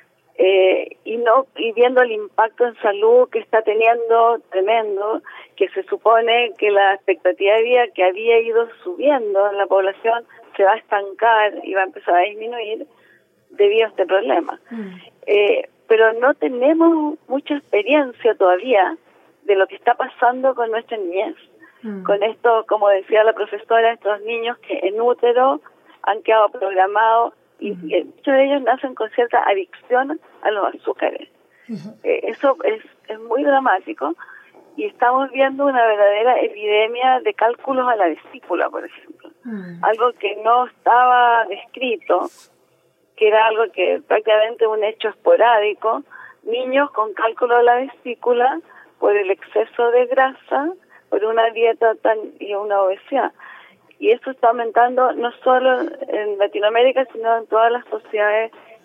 Y viendo el impacto en salud que está teniendo tremendo, que se supone que la expectativa de vida que había ido subiendo en la población se va a estancar y va a empezar a disminuir debido a este problema. Pero no tenemos mucha experiencia todavía de lo que está pasando con nuestra niñez. Con esto, como decía la profesora, estos niños que en útero han quedado programados y muchos de ellos nacen con cierta adicción a los azúcares. Eso es muy dramático y estamos viendo una verdadera epidemia de cálculos a la vesícula, por ejemplo. Algo que no estaba descrito, que era algo que prácticamente un hecho esporádico, niños con cálculo a la vesícula por el exceso de grasa, por una dieta y una obesidad. Y esto está aumentando no solo en Latinoamérica, sino en todas las sociedades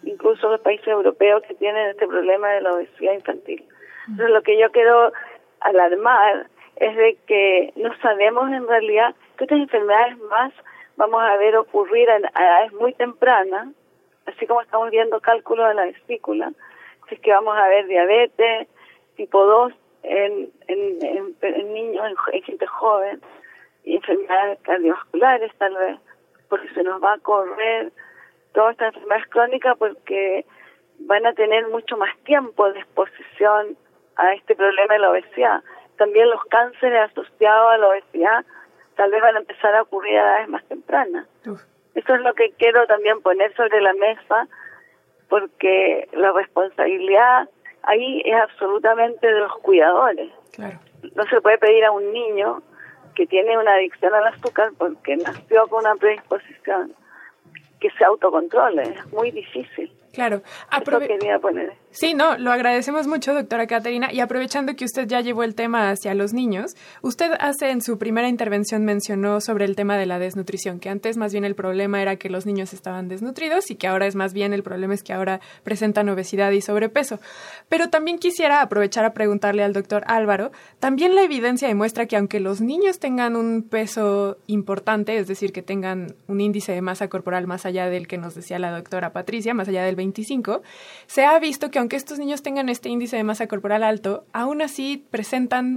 incluso los países europeos que tienen este problema de la obesidad infantil. Entonces, lo que yo quiero alarmar es de que no sabemos en realidad qué otras enfermedades más vamos a ver ocurrir a edades muy tempranas, así como estamos viendo cálculos de la vesícula, si es que vamos a ver diabetes tipo 2 en niños, en gente joven, y enfermedades cardiovasculares tal vez, porque se nos va a correr todas estas enfermedades crónicas porque van a tener mucho más tiempo de exposición a este problema de la obesidad. También los cánceres asociados a la obesidad tal vez van a empezar a ocurrir a edades más tempranas. Eso es lo que quiero también poner sobre la mesa, porque la responsabilidad ahí es absolutamente de los cuidadores. Claro. No se puede pedir a un niño que tiene una adicción al azúcar porque nació con una predisposición que se autocontrole. Es muy difícil. Claro. Eso quería poner. Sí, no, lo agradecemos mucho, doctora Caterina. Y aprovechando que usted ya llevó el tema hacia los niños, usted en su primera intervención mencionó sobre el tema de la desnutrición, que antes más bien el problema era que los niños estaban desnutridos y que ahora es más bien el problema es que ahora presentan obesidad y sobrepeso. Pero también quisiera aprovechar a preguntarle al doctor Álvaro, también la evidencia demuestra que aunque los niños tengan un peso importante, es decir, que tengan un índice de masa corporal más allá del que nos decía la doctora Patricia, más allá del 25, se ha visto que aunque estos niños tengan este índice de masa corporal alto, aún así presentan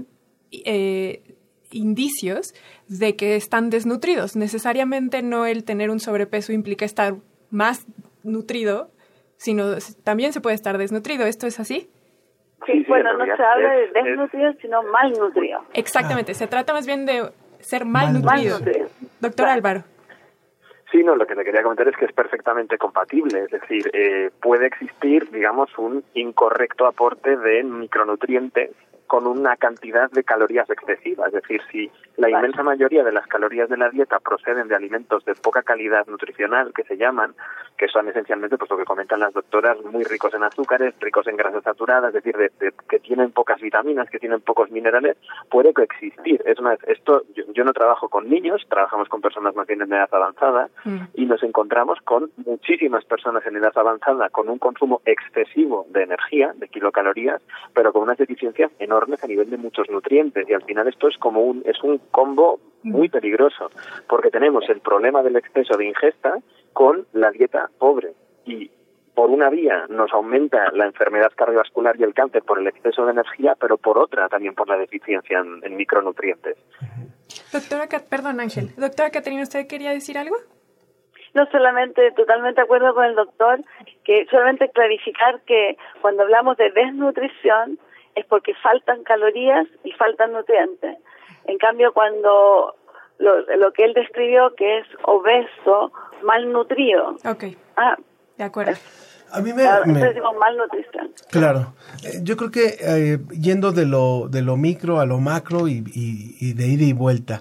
indicios de que están desnutridos. Necesariamente no el tener un sobrepeso implica estar más nutrido, sino también se puede estar desnutrido. ¿Esto es así? Sí, bueno, no se habla de desnutrido, sino malnutrido. Exactamente, se trata más bien de ser malnutrido. Doctor Álvaro. Sí, no, lo que te quería comentar es que es perfectamente compatible, es decir, puede existir, digamos, un incorrecto aporte de micronutrientes con una cantidad de calorías excesiva, es decir, si la inmensa mayoría de las calorías de la dieta proceden de alimentos de poca calidad nutricional, que se llaman, que son esencialmente, pues lo que comentan las doctoras, muy ricos en azúcares, ricos en grasas saturadas, es decir, que tienen pocas vitaminas, que tienen pocos minerales, puede coexistir. Yo no trabajo con niños, trabajamos con personas más bien en edad avanzada, y nos encontramos con muchísimas personas en edad avanzada con un consumo excesivo de energía, de kilocalorías, pero con unas deficiencias enormes a nivel de muchos nutrientes, y al final esto es como un combo muy peligroso, porque tenemos el problema del exceso de ingesta con la dieta pobre, y por una vía nos aumenta la enfermedad cardiovascular y el cáncer por el exceso de energía, pero por otra también por la deficiencia en micronutrientes. Perdón, Ángel. Doctora Caterina, ¿usted quería decir algo? No, solamente totalmente de acuerdo con el doctor, que solamente clarificar que cuando hablamos de desnutrición es porque faltan calorías y faltan nutrientes. En cambio, cuando lo que él describió, que es obeso, malnutrido. Ok, de acuerdo. A mí decimos malnutrición. Claro. Yo creo que yendo de lo micro a lo macro y de ida y vuelta,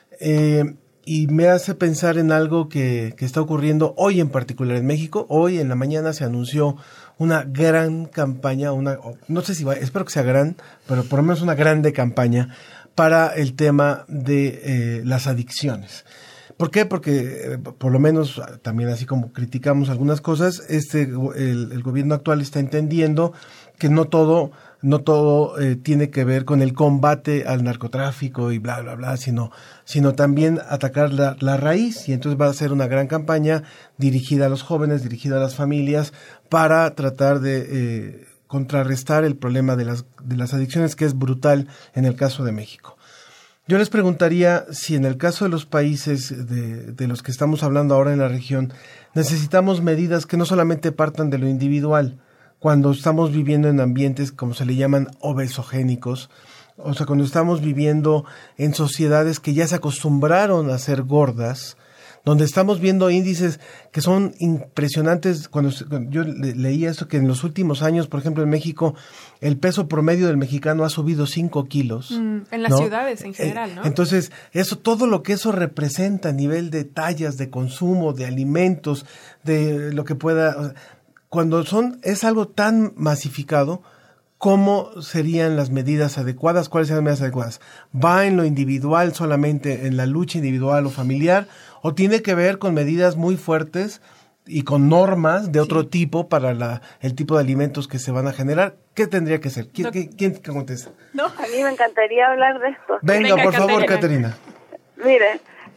y me hace pensar en algo que está ocurriendo hoy en particular en México. Hoy en la mañana se anunció una gran campaña, no sé si espero que sea gran, pero por lo menos una grande campaña para el tema de las adicciones. ¿Por qué? Porque por lo menos también así como criticamos algunas cosas, el gobierno actual está entendiendo que no todo tiene que ver con el combate al narcotráfico y bla, bla, bla, sino también atacar la raíz, y entonces va a ser una gran campaña dirigida a los jóvenes, dirigida a las familias, para tratar de contrarrestar el problema de las adicciones, que es brutal en el caso de México. Yo les preguntaría si en el caso de los países de los que estamos hablando ahora en la región, necesitamos medidas que no solamente partan de lo individual, cuando estamos viviendo en ambientes, como se le llaman, obesogénicos, o sea, cuando estamos viviendo en sociedades que ya se acostumbraron a ser gordas, donde estamos viendo índices que son impresionantes. Cuando yo leía esto, que en los últimos años, por ejemplo, en México, el peso promedio del mexicano ha subido 5 kilos. En las ciudades en general, ¿no? Entonces, todo lo que eso representa a nivel de tallas, de consumo, de alimentos, de lo que pueda... O sea, cuando es algo tan masificado, ¿cómo serían las medidas adecuadas? ¿Cuáles serían las medidas adecuadas? ¿Va en lo individual solamente, en la lucha individual o familiar? ¿O tiene que ver con medidas muy fuertes y con normas de otro tipo para el tipo de alimentos que se van a generar. ¿Qué tendría que ser? ¿Quién contesta? No, a mí me encantaría hablar de esto. Venga, por favor, Caterina. Mire,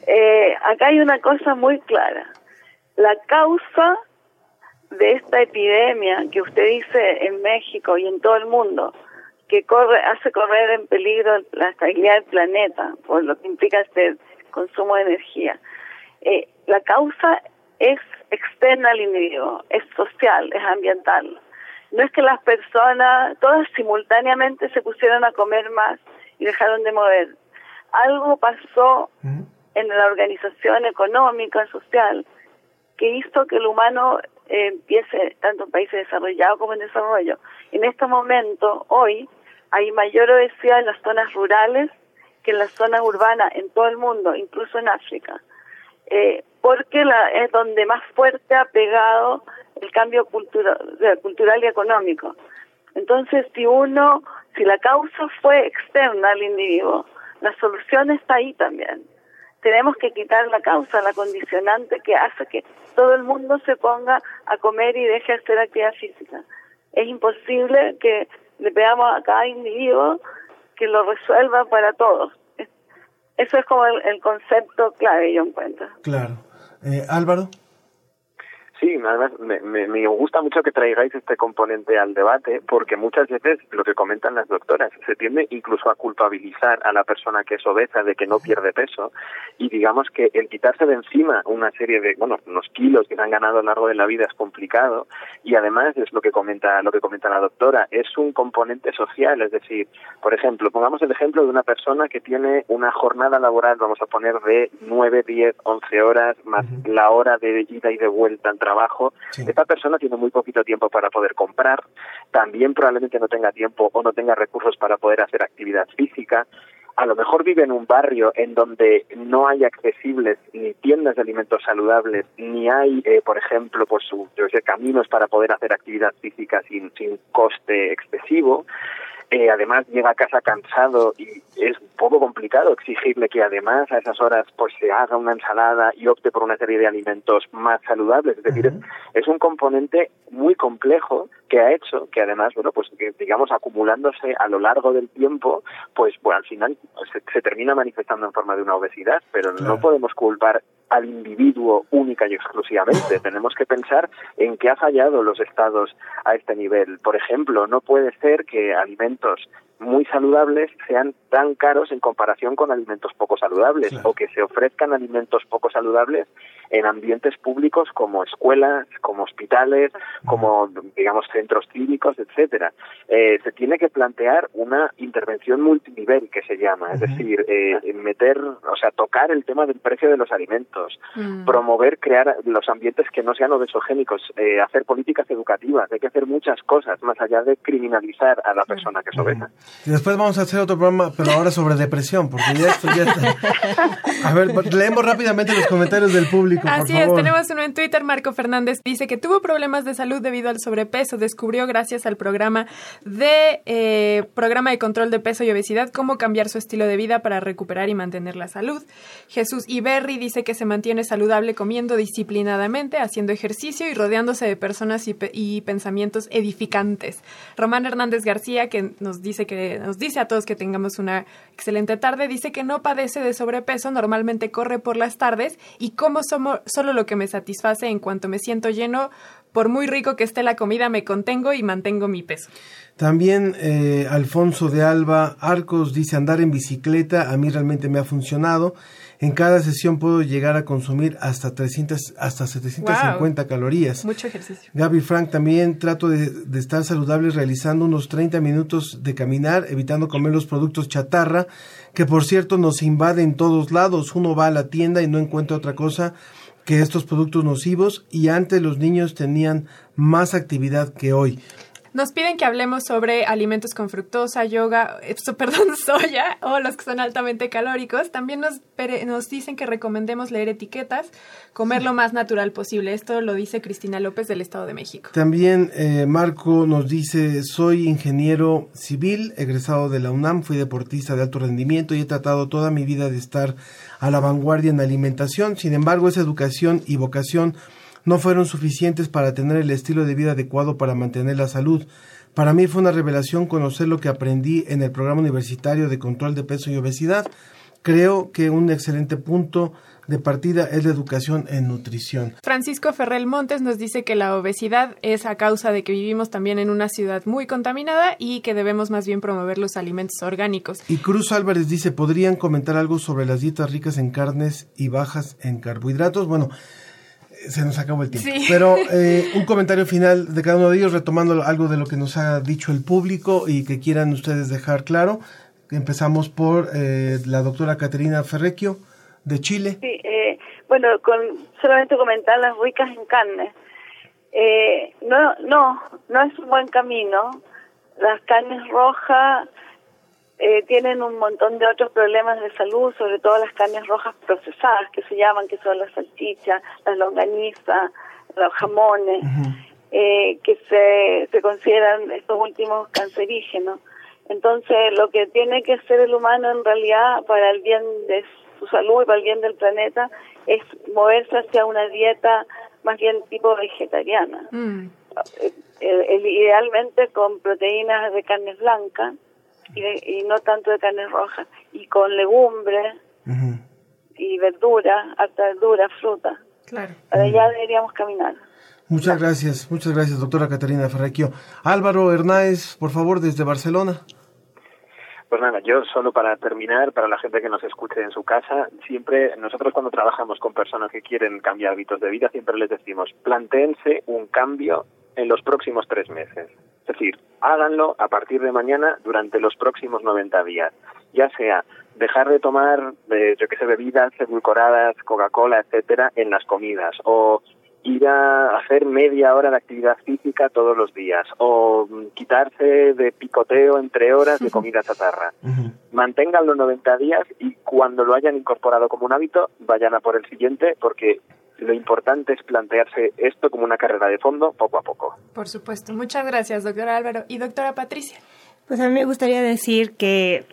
acá hay una cosa muy clara. La causa de esta epidemia que usted dice en México y en todo el mundo, que hace correr en peligro la estabilidad del planeta, por lo que implica este consumo de energía. La causa es externa al individuo, es social, es ambiental. No es que las personas, todas simultáneamente se pusieron a comer más y dejaron de mover. Algo pasó en la organización económica, social, que hizo que el humano empiece, tanto en países desarrollados como en desarrollo. En este momento, hoy, hay mayor obesidad en las zonas rurales que en las zonas urbanas en todo el mundo, incluso en África. Porque es donde más fuerte ha pegado el cambio cultural y económico. Entonces, si la causa fue externa al individuo, la solución está ahí también. Tenemos que quitar la causa, la condicionante que hace que todo el mundo se ponga a comer y deje de hacer actividad física. Es imposible que le pegamos a cada individuo que lo resuelva para todos. Eso es como el concepto clave, yo encuentro. Claro. Álvaro. Sí, además me gusta mucho que traigáis este componente al debate, porque muchas veces lo que comentan las doctoras, se tiende incluso a culpabilizar a la persona que es obesa de que no pierde peso, y digamos que el quitarse de encima una serie de, unos kilos que se han ganado a lo largo de la vida es complicado, y además es lo que comenta la doctora, es un componente social, es decir, por ejemplo, pongamos el ejemplo de una persona que tiene una jornada laboral, vamos a poner de 9, 10, 11 horas, más la hora de ida y de vuelta al trabajo. Sí. Esta persona tiene muy poquito tiempo para poder comprar, también probablemente no tenga tiempo o no tenga recursos para poder hacer actividad física. A lo mejor vive en un barrio en donde no hay accesibles ni tiendas de alimentos saludables, ni hay, por ejemplo, caminos para poder hacer actividad física sin coste excesivo. Además llega a casa cansado y es un poco complicado exigirle que además a esas horas pues se haga una ensalada y opte por una serie de alimentos más saludables. Es decir, es un componente muy complejo que ha hecho que además, digamos, acumulándose a lo largo del tiempo, al final se termina manifestando en forma de una obesidad, pero no podemos culpar al individuo única y exclusivamente. Tenemos que pensar en qué ha fallado los estados a este nivel. Por ejemplo, no puede ser que alimentos muy saludables sean tan caros en comparación con alimentos poco saludables, o que se ofrezcan alimentos poco saludables en ambientes públicos como escuelas, como hospitales, como, digamos, centros clínicos, etcétera. Se tiene que plantear una intervención multinivel, que se llama, es decir, tocar el tema del precio de los alimentos, promover, crear los ambientes que no sean obesogénicos, hacer políticas educativas. Hay que hacer muchas cosas más allá de criminalizar a la persona que es obesa. Y después vamos a hacer otro programa, pero ahora sobre depresión, porque ya está. A ver, leemos rápidamente los comentarios del público. Así es, tenemos uno en Twitter. Marco Fernández dice que tuvo problemas de salud debido al sobrepeso. Descubrió gracias al programa de control de peso y obesidad cómo cambiar su estilo de vida para recuperar y mantener la salud. Jesús Iberri dice que se mantiene saludable comiendo disciplinadamente, haciendo ejercicio y rodeándose de personas y pensamientos edificantes. Román Hernández García, que nos dice a todos que tengamos una excelente tarde, dice que no padece de sobrepeso, normalmente corre por las tardes y como solo lo que me satisface. En cuanto me siento lleno, por muy rico que esté la comida, me contengo y mantengo mi peso. También Alfonso de Alba Arcos dice: andar en bicicleta a mí realmente me ha funcionado. En cada sesión puedo llegar a consumir hasta 750 calorías. Mucho ejercicio. Gaby Frank también: trato de estar saludable realizando unos 30 minutos de caminar, evitando comer los productos chatarra, que por cierto nos invaden en todos lados. Uno va a la tienda y no encuentra otra cosa que estos productos nocivos, y antes los niños tenían más actividad que hoy. Nos piden que hablemos sobre alimentos con fructosa, soya o los que son altamente calóricos. También nos dicen que recomendemos leer etiquetas, comer lo más natural posible. Esto lo dice Cristina López del Estado de México. También Marco nos dice: soy ingeniero civil, egresado de la UNAM, fui deportista de alto rendimiento y he tratado toda mi vida de estar a la vanguardia en alimentación. Sin embargo, esa educación y vocación no fueron suficientes para tener el estilo de vida adecuado para mantener la salud. Para mí fue una revelación conocer lo que aprendí en el programa universitario de control de peso y obesidad. Creo que un excelente punto de partida es la educación en nutrición. Francisco Ferrell Montes nos dice que la obesidad es a causa de que vivimos también en una ciudad muy contaminada y que debemos más bien promover los alimentos orgánicos. Y Cruz Álvarez dice, ¿podrían comentar algo sobre las dietas ricas en carnes y bajas en carbohidratos? Bueno, se nos acabó el tiempo, sí. Pero un comentario final de cada uno de ellos, retomando algo de lo que nos ha dicho el público y que quieran ustedes dejar claro. Empezamos por la doctora Caterina Ferrecchio, de Chile. Sí, bueno, solamente comentar las ricas en carne. No es un buen camino. Las carnes rojas tienen un montón de otros problemas de salud, sobre todo las carnes rojas procesadas, que se llaman, que son las salchichas, las longanizas, los jamones, que se consideran estos últimos cancerígenos. Entonces, lo que tiene que hacer el humano en realidad para el bien de su salud y para el bien del planeta es moverse hacia una dieta más bien tipo vegetariana. Idealmente con proteínas de carnes blancas y no tanto de carnes rojas, y con legumbres y verduras, harta verdura, fruta. Claro. Para allá deberíamos caminar. Muchas gracias, doctora Caterina Ferrecchio. Álvaro Hernáez, por favor, desde Barcelona. Pues nada, yo solo para terminar, para la gente que nos escuche en su casa, siempre nosotros cuando trabajamos con personas que quieren cambiar hábitos de vida, siempre les decimos, plantéense un cambio en los próximos 3 meses. Es decir, háganlo a partir de mañana durante los próximos 90 días. Ya sea dejar de tomar, bebidas edulcoradas, Coca-Cola, etcétera, en las comidas, o ir a hacer media hora de actividad física todos los días, o quitarse de picoteo entre horas de comida chatarra. Mantengan los 90 días y cuando lo hayan incorporado como un hábito, vayan a por el siguiente, porque lo importante es plantearse esto como una carrera de fondo poco a poco. Por supuesto. Muchas gracias, doctora Álvaro. Y doctora Patricia. Pues a mí me gustaría decir que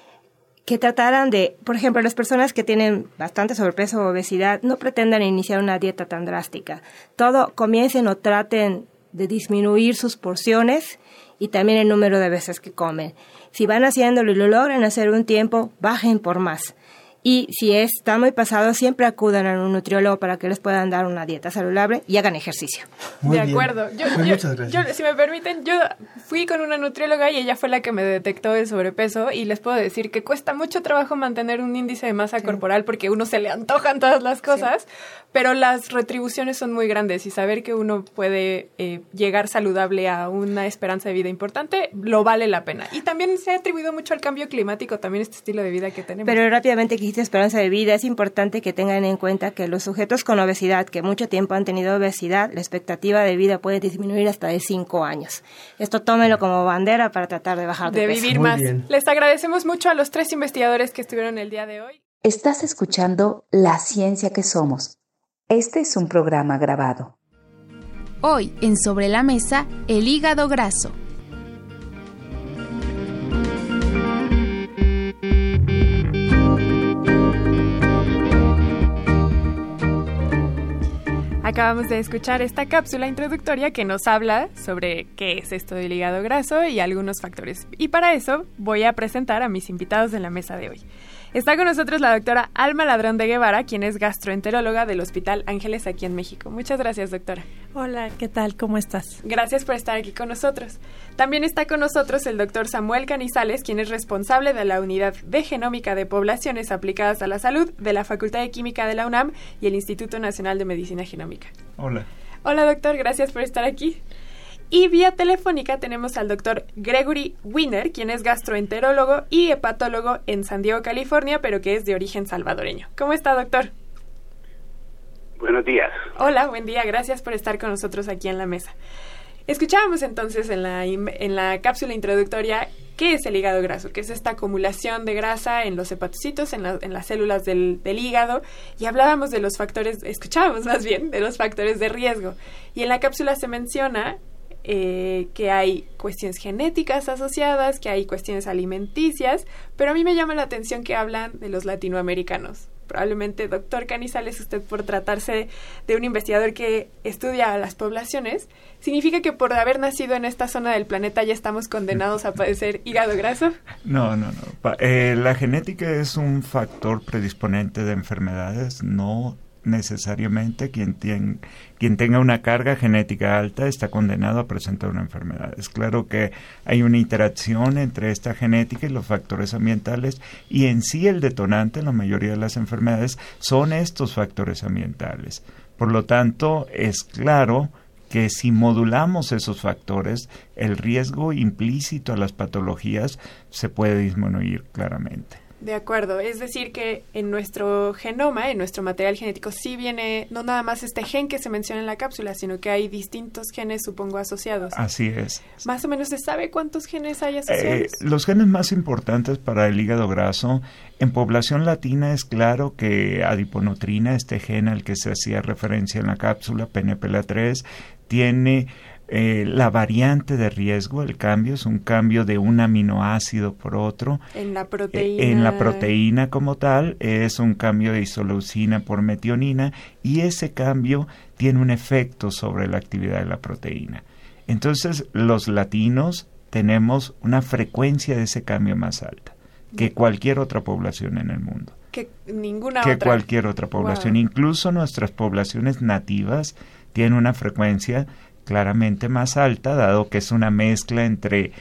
trataran de, por ejemplo, las personas que tienen bastante sobrepeso o obesidad, no pretendan iniciar una dieta tan drástica. Comiencen o traten de disminuir sus porciones y también el número de veces que comen. Si van haciéndolo y lo logran hacer un tiempo, bajen por más. Y si está muy pasado, siempre acudan a un nutriólogo para que les puedan dar una dieta saludable y hagan ejercicio. Muy de acuerdo. Muchas gracias. Si me permiten, yo fui con una nutrióloga y ella fue la que me detectó el sobrepeso y les puedo decir que cuesta mucho trabajo mantener un índice de masa corporal porque a uno se le antojan todas las cosas, pero las retribuciones son muy grandes y saber que uno puede llegar saludable a una esperanza de vida importante, lo vale la pena. Y también se ha atribuido mucho al cambio climático, también este estilo de vida que tenemos. Pero rápidamente esperanza de vida, es importante que tengan en cuenta que los sujetos con obesidad, que mucho tiempo han tenido obesidad, la expectativa de vida puede disminuir hasta de 5 años. Esto tómelo como bandera para tratar de bajar de peso. Vivir más. Les agradecemos mucho a los 3 investigadores que estuvieron el día de hoy. Estás escuchando La Ciencia que Somos. Este es un programa grabado. Hoy, en Sobre la Mesa, el hígado graso. Acabamos de escuchar esta cápsula introductoria que nos habla sobre qué es esto del hígado graso y algunos factores. Y para eso voy a presentar a mis invitados de la mesa de hoy. Está con nosotros la doctora Alma Ladrón de Guevara, quien es gastroenteróloga del Hospital Ángeles aquí en México. Muchas gracias, doctora. Hola, ¿qué tal? ¿Cómo estás? Gracias por estar aquí con nosotros. También está con nosotros el doctor Samuel Canizales, quien es responsable de la Unidad de Genómica de Poblaciones Aplicadas a la Salud de la Facultad de Química de la UNAM y el Instituto Nacional de Medicina Genómica. Hola. Hola, doctor. Gracias por estar aquí. Y vía telefónica tenemos al doctor Gregory Wiener, quien es gastroenterólogo y hepatólogo en San Diego, California, pero que es de origen salvadoreño. ¿Cómo está, doctor? Buenos días. Hola, buen día. Gracias por estar con nosotros aquí en la mesa. Escuchábamos entonces en la cápsula introductoria qué es el hígado graso, que es esta acumulación de grasa en los hepatocitos, en las células del hígado, y hablábamos de los factores, escuchábamos más bien, de los factores de riesgo. Y en la cápsula se menciona que hay cuestiones genéticas asociadas, que hay cuestiones alimenticias, pero a mí me llama la atención que hablan de los latinoamericanos. probablemente, doctor Canizales, usted por tratarse de un investigador que estudia a las poblaciones, ¿significa que por haber nacido en esta zona del planeta ya estamos condenados a padecer hígado graso? No. La genética es un factor predisponente de enfermedades, no necesariamente quien tenga una carga genética alta está condenado a presentar una enfermedad. Es claro que hay una interacción entre esta genética y los factores ambientales, y en sí el detonante en la mayoría de las enfermedades son estos factores ambientales. Por lo tanto, es claro que si modulamos esos factores, el riesgo implícito a las patologías se puede disminuir claramente. De acuerdo, es decir que en nuestro genoma, en nuestro material genético, sí viene no nada más este gen que se menciona en la cápsula, sino que hay distintos genes, supongo, asociados. Así es. ¿Más o menos se sabe cuántos genes hay asociados? Los genes más importantes para el hígado graso, en población latina es claro que adiponutrina, este gen al que se hacía referencia en la cápsula, PNPLA3, tiene la variante de riesgo. El cambio es un cambio de un aminoácido por otro. En la proteína. En la proteína como tal, es un cambio de isoleucina por metionina, y ese cambio tiene un efecto sobre la actividad de la proteína. Entonces, los latinos tenemos una frecuencia de ese cambio más alta que cualquier otra población en el mundo. Que ninguna que otra. Cualquier otra población. Wow. Incluso nuestras poblaciones nativas tienen una frecuencia claramente más alta, dado que es una mezcla entre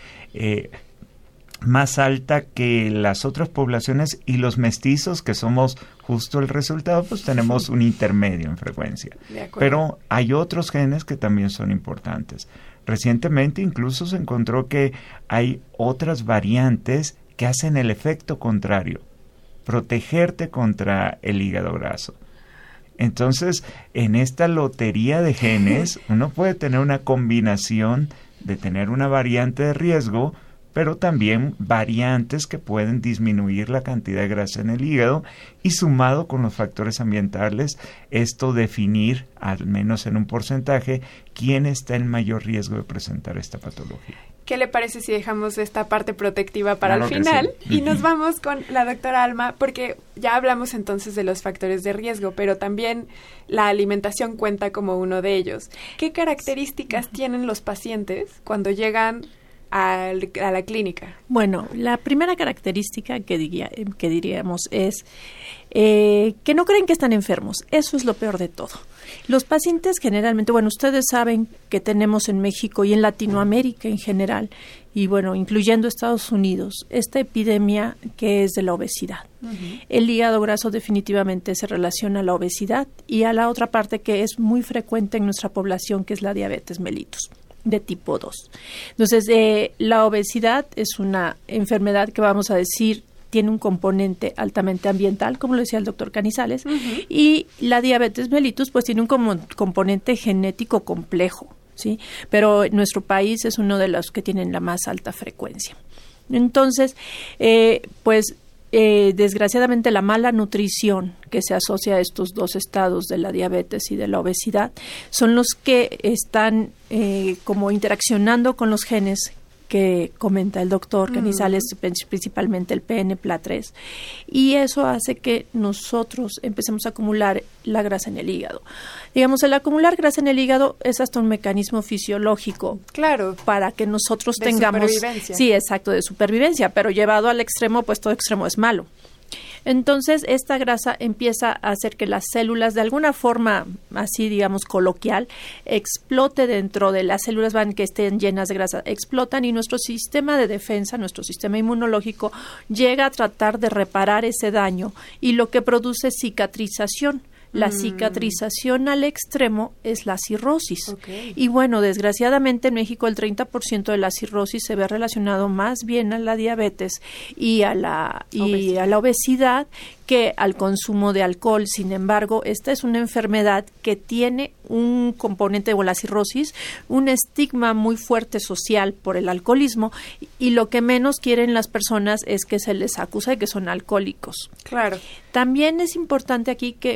más alta que las otras poblaciones, y los mestizos, que somos justo el resultado, pues tenemos un intermedio en frecuencia. Pero hay otros genes que también son importantes. Recientemente incluso se encontró que hay otras variantes que hacen el efecto contrario, protegerte contra el hígado graso. Entonces, en esta lotería de genes, uno puede tener una combinación de tener una variante de riesgo, pero también variantes que pueden disminuir la cantidad de grasa en el hígado, y sumado con los factores ambientales, esto definir, al menos en un porcentaje, quién está en mayor riesgo de presentar esta patología. ¿Qué le parece si dejamos esta parte protectiva para el final? Sí. Y nos vamos con la doctora Alma, porque ya hablamos entonces de los factores de riesgo, pero también la alimentación cuenta como uno de ellos. ¿Qué características tienen los pacientes cuando llegan a la clínica? Bueno, la primera característica que diríamos es que no creen que están enfermos. Eso es lo peor de todo. Los pacientes generalmente, bueno, ustedes saben que tenemos en México y en Latinoamérica en general, y bueno, incluyendo Estados Unidos, esta epidemia que es de la obesidad. Uh-huh. El hígado graso definitivamente se relaciona a la obesidad y a la otra parte que es muy frecuente en nuestra población, que es la diabetes mellitus de tipo 2. Entonces, la obesidad es una enfermedad que vamos a decir tiene un componente altamente ambiental, como lo decía el doctor Canizales, uh-huh. Y la diabetes mellitus pues tiene un componente genético complejo, ¿sí? Pero nuestro país es uno de los que tienen la más alta frecuencia. Entonces, desgraciadamente la mala nutrición que se asocia a estos dos estados de la diabetes y de la obesidad son los que están como interaccionando con los genes que comenta el doctor Canizales, principalmente el PNPLA3, y eso hace que nosotros empecemos a acumular la grasa en el hígado. Digamos, el acumular grasa en el hígado es hasta un mecanismo fisiológico, claro, para que nosotros de tengamos, supervivencia. Sí, exacto, de supervivencia, pero llevado al extremo, pues todo extremo es malo. Entonces, esta grasa empieza a hacer que las células, de alguna forma, así digamos coloquial, explote dentro de las células que estén llenas de grasa, explotan, y nuestro sistema de defensa, nuestro sistema inmunológico, llega a tratar de reparar ese daño, y lo que produce es cicatrización. La cicatrización al extremo es la cirrosis. Okay. Y bueno, desgraciadamente en México el 30% de la cirrosis se ve relacionado más bien a la diabetes y a la obesidad que al consumo de alcohol. Sin embargo, esta es una enfermedad que tiene un componente, o la cirrosis, un estigma muy fuerte social por el alcoholismo, y lo que menos quieren las personas es que se les acusa de que son alcohólicos. Claro. También es importante aquí que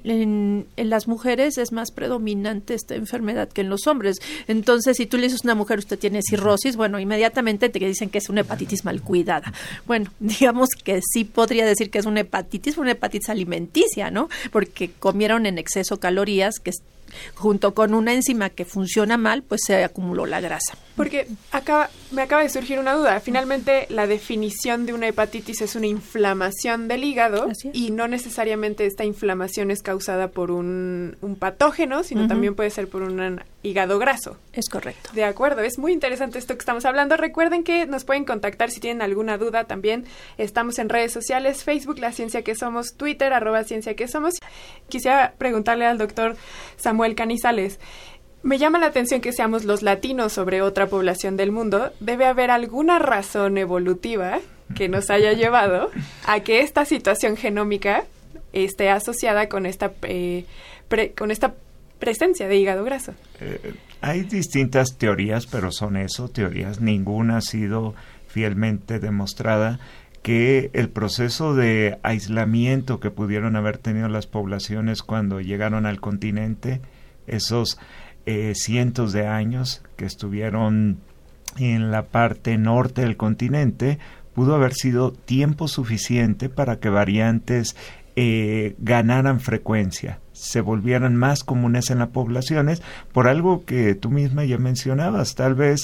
en las mujeres es más predominante esta enfermedad que en los hombres. Entonces, si tú le dices a una mujer, usted tiene cirrosis, bueno, inmediatamente te dicen que es una hepatitis mal cuidada. Bueno, digamos que sí podría decir que es una hepatitis alimenticia, ¿no? Porque comieron en exceso calorías que junto con una enzima que funciona mal, pues se acumuló la grasa. Porque me acaba de surgir una duda. Finalmente, la definición de una hepatitis es una inflamación del hígado y no necesariamente esta inflamación es causada por un patógeno, sino también puede ser por un hígado graso. Es correcto. De acuerdo, es muy interesante esto que estamos hablando. Recuerden que nos pueden contactar si tienen alguna duda también. Estamos en redes sociales, Facebook, La Ciencia que Somos, Twitter, @Ciencia que Somos. Quisiera preguntarle al doctor Samuel Canizales, me llama la atención que seamos los latinos sobre otra población del mundo. ¿Debe haber alguna razón evolutiva que nos haya llevado a que esta situación genómica esté asociada con esta presencia de hígado graso? Hay distintas teorías, pero son teorías. Ninguna ha sido fielmente demostrada que el proceso de aislamiento que pudieron haber tenido las poblaciones cuando llegaron al continente, esos cientos de años que estuvieron en la parte norte del continente, pudo haber sido tiempo suficiente para que variantes ganaran frecuencia, se volvieran más comunes en las poblaciones, por algo que tú misma ya mencionabas, tal vez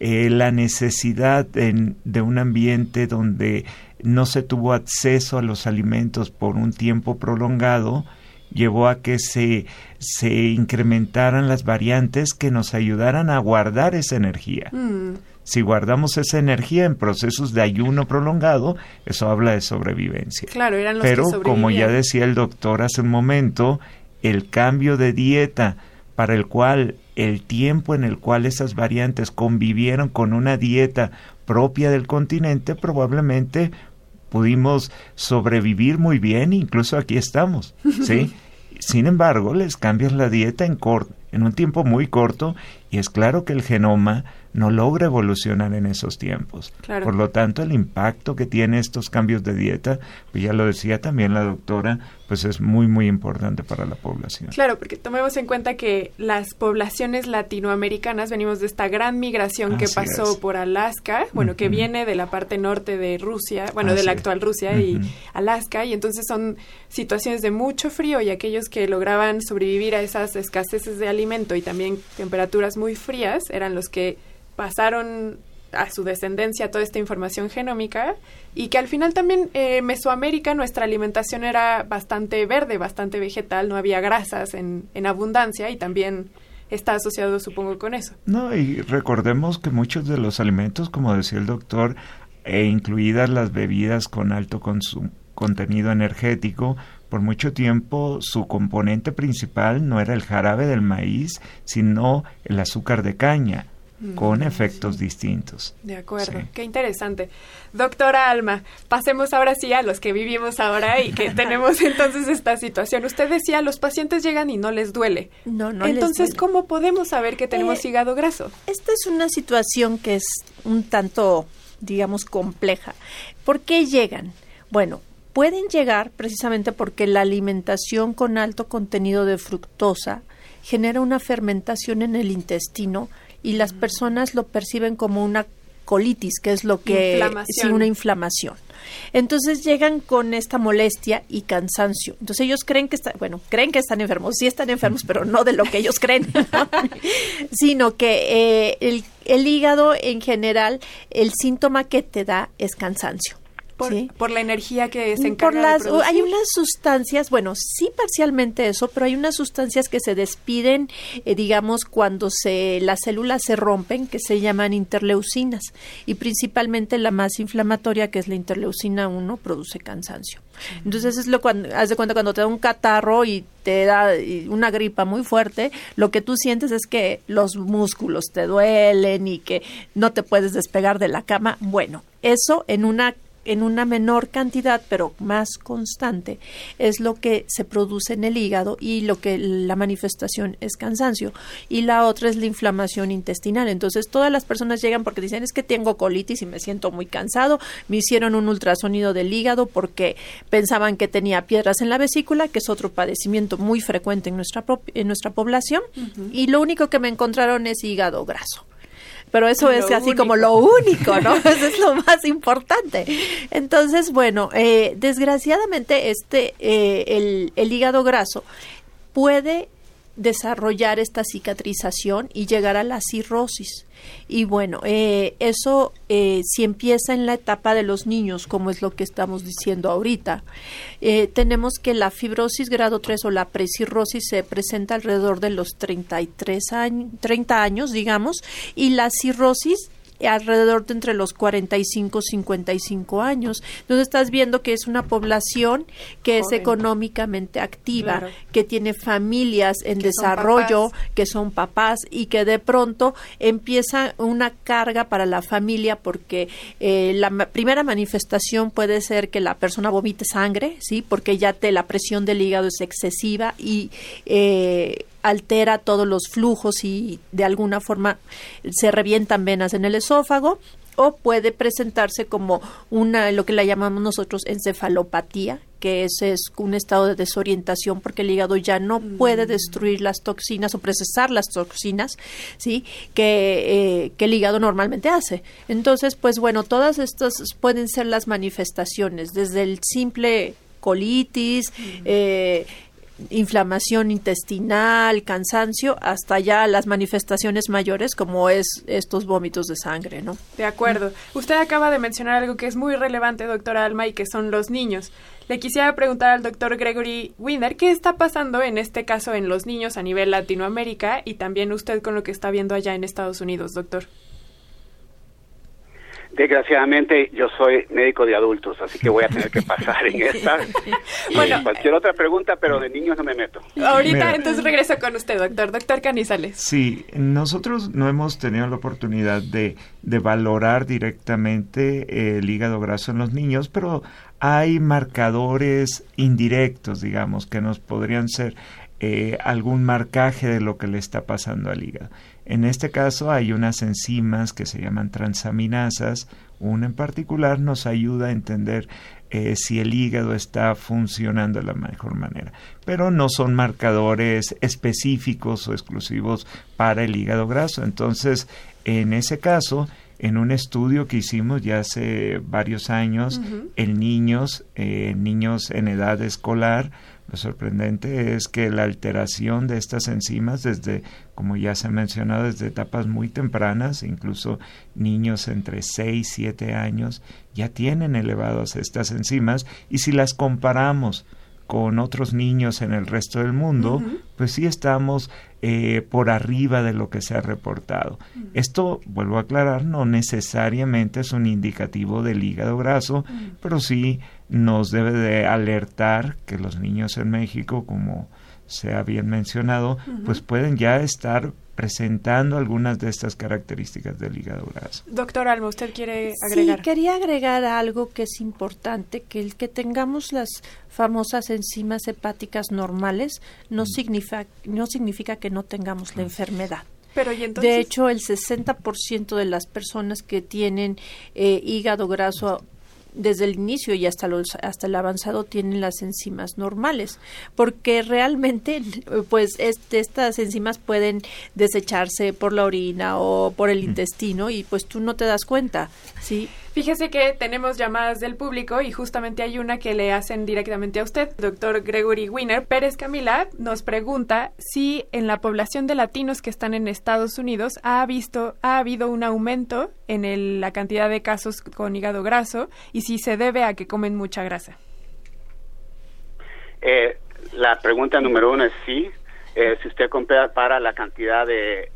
la necesidad de un ambiente donde no se tuvo acceso a los alimentos por un tiempo prolongado, llevó a que se incrementaran las variantes que nos ayudaran a guardar esa energía. Si guardamos esa energía en procesos de ayuno prolongado, eso habla de sobrevivencia. Claro, eran los Pero, que sobrevivían. como ya decía el doctor hace un momento, el cambio de dieta para el cual el tiempo en el cual esas variantes convivieron con una dieta propia del continente, probablemente pudimos sobrevivir muy bien, incluso aquí estamos, ¿sí? Sin embargo, les cambias la dieta en un tiempo muy corto y es claro que el genoma no logra evolucionar en esos tiempos. Claro. Por lo tanto, el impacto que tiene estos cambios de dieta, pues ya lo decía también la doctora, pues es muy, muy importante para la población. Claro, porque tomemos en cuenta que las poblaciones latinoamericanas venimos de esta gran migración que pasó por Alaska, bueno, que viene de la parte norte de Rusia, bueno, de la actual Rusia y Alaska, y entonces son situaciones de mucho frío y aquellos que lograban sobrevivir a esas escaseces de alimento y también temperaturas muy frías eran los que pasaron a su descendencia toda esta información genómica y que al final también Mesoamérica, nuestra alimentación era bastante verde, bastante vegetal, no había grasas en abundancia y también está asociado, supongo, con eso. No, y recordemos que muchos de los alimentos, como decía el doctor, incluidas las bebidas con alto contenido energético, por mucho tiempo su componente principal no era el jarabe del maíz, sino el azúcar de caña, con efectos distintos. De acuerdo, Sí. Qué interesante. Doctora Alma, pasemos ahora sí a los que vivimos ahora y que tenemos entonces esta situación. Usted decía, los pacientes llegan y no les duele. No entonces, les duele. ¿cómo podemos saber que tenemos hígado graso? Esta es una situación que es un tanto, digamos, compleja. ¿Por qué llegan? Bueno, pueden llegar precisamente porque la alimentación con alto contenido de fructosa genera una fermentación en el intestino y las personas lo perciben como una colitis, que es lo que sí, una inflamación. Entonces llegan con esta molestia y cansancio. Entonces ellos creen que están enfermos, sí están enfermos, pero no de lo que ellos creen, sino que el hígado en general, el síntoma que te da es cansancio. Por la energía que se encarga de producir. Hay unas sustancias, bueno, sí parcialmente eso, pero hay unas sustancias que se despiden, digamos, cuando las células se rompen, que se llaman interleucinas, y principalmente la más inflamatoria, que es la interleucina 1, produce cansancio. Entonces haz de cuenta cuando te da un catarro y te da una gripa muy fuerte, lo que tú sientes es que los músculos te duelen y que no te puedes despegar de la cama. Bueno, eso en en una menor cantidad, pero más constante, es lo que se produce en el hígado y lo que la manifestación es cansancio. Y la otra es la inflamación intestinal. Entonces, todas las personas llegan porque dicen, es que tengo colitis y me siento muy cansado. Me hicieron un ultrasonido del hígado porque pensaban que tenía piedras en la vesícula, que es otro padecimiento muy frecuente en nuestra población. Y lo único que me encontraron es hígado graso. Pero eso es así como lo único, ¿no? Eso es lo más importante. Entonces, bueno, desgraciadamente el hígado graso puede desarrollar esta cicatrización y llegar a la cirrosis. Y bueno, eso si empieza en la etapa de los niños, como es lo que estamos diciendo ahorita, tenemos que la fibrosis grado 3 o la precirrosis se presenta alrededor de los 30 años, digamos, y la cirrosis alrededor de entre los 45 y 55 años. Entonces estás viendo que es una población que es económicamente activa, que tiene familias en desarrollo, que son papás y que de pronto empieza una carga para la familia porque la primera manifestación puede ser que la persona vomite sangre, ¿sí? Porque ya la presión del hígado es excesiva y altera todos los flujos y de alguna forma se revientan venas en el esófago, o puede presentarse como lo que la llamamos nosotros encefalopatía, que es un estado de desorientación porque el hígado ya no puede destruir las toxinas o procesar las toxinas, ¿sí? que el hígado normalmente hace. Entonces, pues bueno, todas estas pueden ser las manifestaciones, desde el simple colitis, inflamación intestinal, cansancio, hasta ya las manifestaciones mayores como es estos vómitos de sangre, ¿no? De acuerdo. Usted acaba de mencionar algo que es muy relevante, doctora Alma, y que son los niños. Le quisiera preguntar al doctor Gregory Wiener, ¿qué está pasando en este caso en los niños a nivel Latinoamérica y también usted con lo que está viendo allá en Estados Unidos, doctor? Desgraciadamente yo soy médico de adultos, así que voy a tener que pasar en esta. Bueno, cualquier otra pregunta, pero de niños no me meto. Ahorita entonces regreso con usted, doctor Canizales. Sí, nosotros no hemos tenido la oportunidad de valorar directamente el hígado graso en los niños, pero hay marcadores indirectos, digamos, que nos podrían ser algún marcaje de lo que le está pasando al hígado. En este caso hay unas enzimas que se llaman transaminasas. Una en particular nos ayuda a entender si el hígado está funcionando de la mejor manera. Pero no son marcadores específicos o exclusivos para el hígado graso. Entonces, en ese caso, en un estudio que hicimos ya hace varios años en niños en edad escolar, lo sorprendente es que la alteración de estas enzimas desde, como ya se ha mencionado, desde etapas muy tempranas, incluso niños entre 6 y 7 años ya tienen elevadas estas enzimas, y si las comparamos con otros niños en el resto del mundo, pues sí estamos por arriba de lo que se ha reportado. Esto, vuelvo a aclarar, no necesariamente es un indicativo del hígado graso, pero sí nos debe de alertar que los niños en México, como se ha bien mencionado, pues pueden ya estar presentando algunas de estas características del hígado graso. Doctor Alma, ¿usted quiere agregar? Sí, quería agregar algo que es importante, que el que tengamos las famosas enzimas hepáticas normales no significa que no tengamos la enfermedad. Pero, ¿y entonces? De hecho, el 60% de las personas que tienen hígado graso desde el inicio y hasta el avanzado tienen las enzimas normales, porque realmente pues estas enzimas pueden desecharse por la orina o por el intestino y pues tú no te das cuenta, ¿sí? Fíjese que tenemos llamadas del público y justamente hay una que le hacen directamente a usted. Doctor Gregory Wiener Pérez Camila nos pregunta si en la población de latinos que están en Estados Unidos ha habido un aumento en la cantidad de casos con hígado graso y si se debe a que comen mucha grasa. La pregunta número 1 es sí. Si usted compara la cantidad de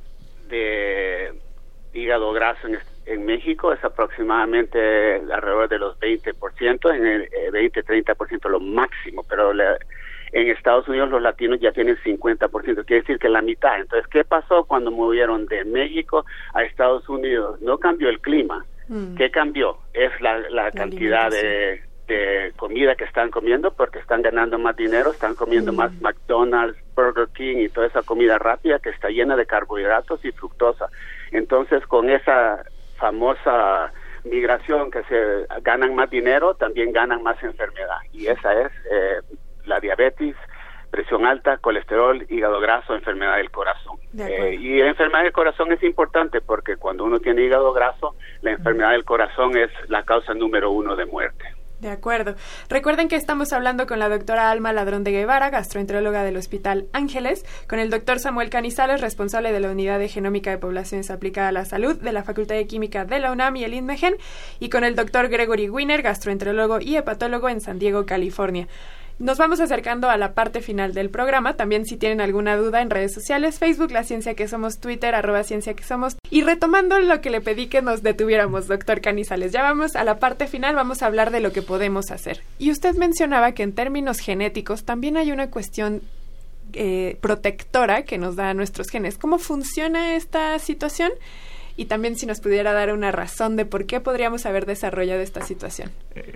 hígado graso en México, es aproximadamente alrededor de los 20%, en el 20-30% lo máximo, pero en Estados Unidos los latinos ya tienen 50%, quiere decir que la mitad. Entonces, ¿qué pasó cuando movieron de México a Estados Unidos? No cambió el clima, ¿Qué cambió? Es la cantidad de comida que están comiendo, porque están ganando más dinero, están comiendo más McDonald's, Burger King y toda esa comida rápida que está llena de carbohidratos y fructosa. Entonces, con esa famosa migración que se ganan más dinero, también ganan más enfermedad. Y esa es la diabetes, presión alta, colesterol, hígado graso, enfermedad del corazón. Y la enfermedad del corazón es importante porque cuando uno tiene hígado graso, la enfermedad del corazón es la causa número 1 de muerte. De acuerdo. Recuerden que estamos hablando con la doctora Alma Ladrón de Guevara, gastroenteróloga del Hospital Ángeles, con el doctor Samuel Canizales, responsable de la Unidad de Genómica de Poblaciones Aplicada a la Salud de la Facultad de Química de la UNAM y el INMEGEN, y con el doctor Gregory Wiener, gastroenterólogo y hepatólogo en San Diego, California. Nos vamos acercando a la parte final del programa. También, si tienen alguna duda, en redes sociales, Facebook, La Ciencia que Somos, Twitter, @Ciencia que Somos. Y retomando lo que le pedí que nos detuviéramos, doctor Canizales, ya vamos a la parte final, vamos a hablar de lo que podemos hacer. Y usted mencionaba que en términos genéticos también hay una cuestión protectora que nos da a nuestros genes. ¿Cómo funciona esta situación? Y también si nos pudiera dar una razón de por qué podríamos haber desarrollado esta situación.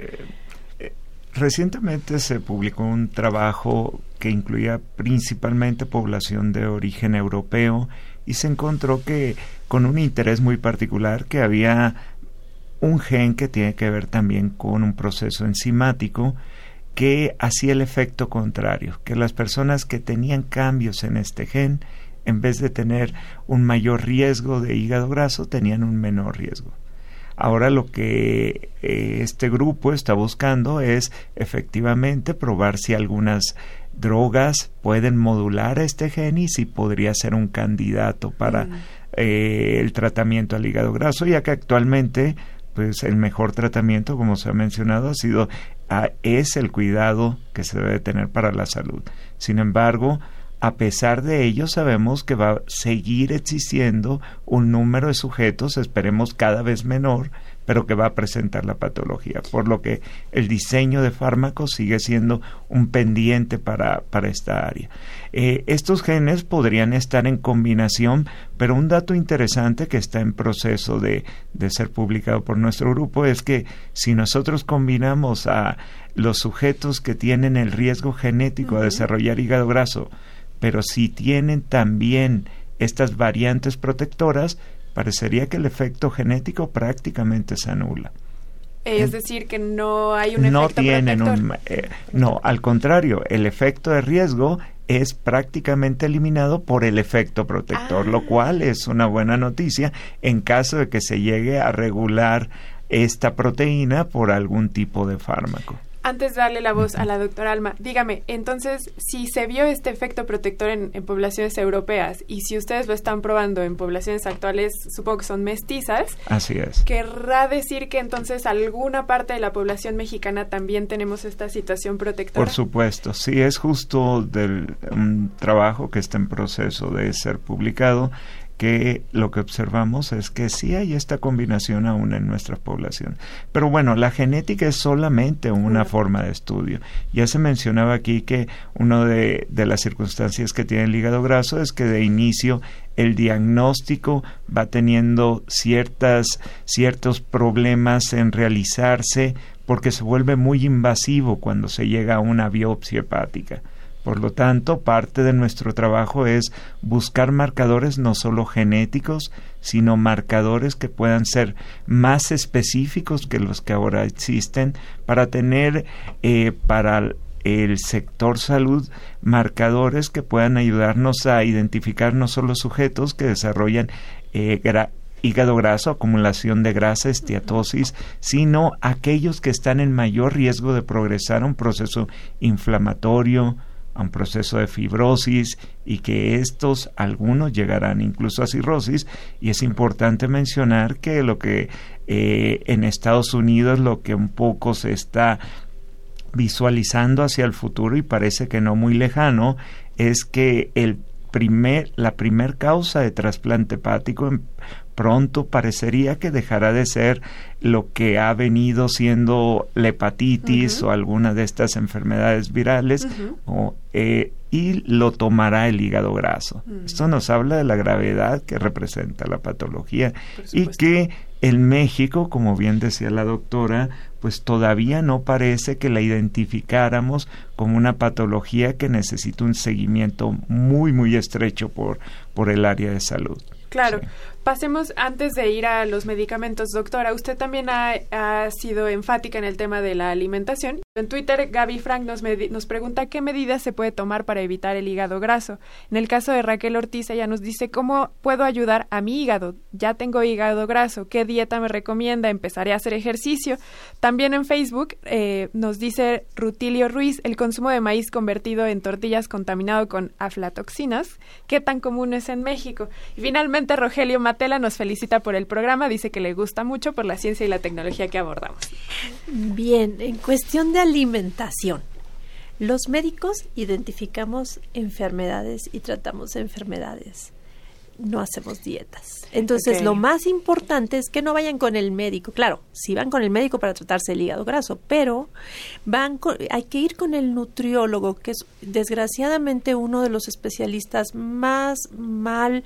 Recientemente se publicó un trabajo que incluía principalmente población de origen europeo y se encontró que con un interés muy particular que había un gen que tiene que ver también con un proceso enzimático que hacía el efecto contrario, que las personas que tenían cambios en este gen, en vez de tener un mayor riesgo de hígado graso, tenían un menor riesgo. Ahora lo que este grupo está buscando es efectivamente probar si algunas drogas pueden modular este gen y si podría ser un candidato para el tratamiento al hígado graso, ya que actualmente pues el mejor tratamiento, como se ha mencionado, es el cuidado que se debe tener para la salud. Sin embargo, a pesar de ello, sabemos que va a seguir existiendo un número de sujetos, esperemos cada vez menor, pero que va a presentar la patología, por lo que el diseño de fármacos sigue siendo un pendiente para esta área. Estos genes podrían estar en combinación, pero un dato interesante que está en proceso de ser publicado por nuestro grupo es que si nosotros combinamos a los sujetos que tienen el riesgo genético a desarrollar hígado graso, pero si tienen también estas variantes protectoras, parecería que el efecto genético prácticamente se anula. Es decir, que no hay un efecto protector. No, al contrario, el efecto de riesgo es prácticamente eliminado por el efecto protector, lo cual es una buena noticia en caso de que se llegue a regular esta proteína por algún tipo de fármaco. Antes de darle la voz a la doctora Alma, dígame, entonces, si se vio este efecto protector en poblaciones europeas y si ustedes lo están probando en poblaciones actuales, supongo que son mestizas. Así es. ¿Querrá decir que entonces alguna parte de la población mexicana también tenemos esta situación protectora? Por supuesto, sí, es justo un trabajo que está en proceso de ser publicado, que lo que observamos es que sí hay esta combinación aún en nuestra población. Pero bueno, la genética es solamente una forma de estudio. Ya se mencionaba aquí que una de las circunstancias que tiene el hígado graso es que de inicio el diagnóstico va teniendo ciertos problemas en realizarse porque se vuelve muy invasivo cuando se llega a una biopsia hepática. Por lo tanto, parte de nuestro trabajo es buscar marcadores no solo genéticos, sino marcadores que puedan ser más específicos que los que ahora existen para tener para el sector salud marcadores que puedan ayudarnos a identificar no solo sujetos que desarrollan hígado graso, acumulación de grasa, esteatosis, sino aquellos que están en mayor riesgo de progresar a un proceso inflamatorio, a un proceso de fibrosis y que algunos llegarán incluso a cirrosis. Y es importante mencionar que lo que en Estados Unidos lo que un poco se está visualizando hacia el futuro y parece que no muy lejano es que la primer causa de trasplante hepático pronto parecería que dejará de ser lo que ha venido siendo la hepatitis o alguna de estas enfermedades virales y lo tomará el hígado graso. Esto nos habla de la gravedad que representa la patología y que en México, como bien decía la doctora, pues todavía no parece que la identificáramos como una patología que necesita un seguimiento muy, muy estrecho por el área de salud. Claro. Sí. Pasemos, antes de ir a los medicamentos, doctora, usted también ha sido enfática en el tema de la alimentación. En Twitter, Gaby Frank nos pregunta qué medidas se puede tomar para evitar el hígado graso. En el caso de Raquel Ortiz, ella nos dice, ¿cómo puedo ayudar a mi hígado? Ya tengo hígado graso, ¿qué dieta me recomienda? Empezaré a hacer ejercicio. También en Facebook nos dice Rutilio Ruiz, el consumo de maíz convertido en tortillas contaminado con aflatoxinas, ¿qué tan común es en México? Y finalmente, Rogelio Matela nos felicita por el programa, dice que le gusta mucho por la ciencia y la tecnología que abordamos. Bien, en cuestión de alimentación, los médicos identificamos enfermedades y tratamos enfermedades. No hacemos dietas. Entonces, lo más importante es que no vayan con el médico. Claro, sí van con el médico para tratarse el hígado graso, pero hay que ir con el nutriólogo, que es desgraciadamente uno de los especialistas más mal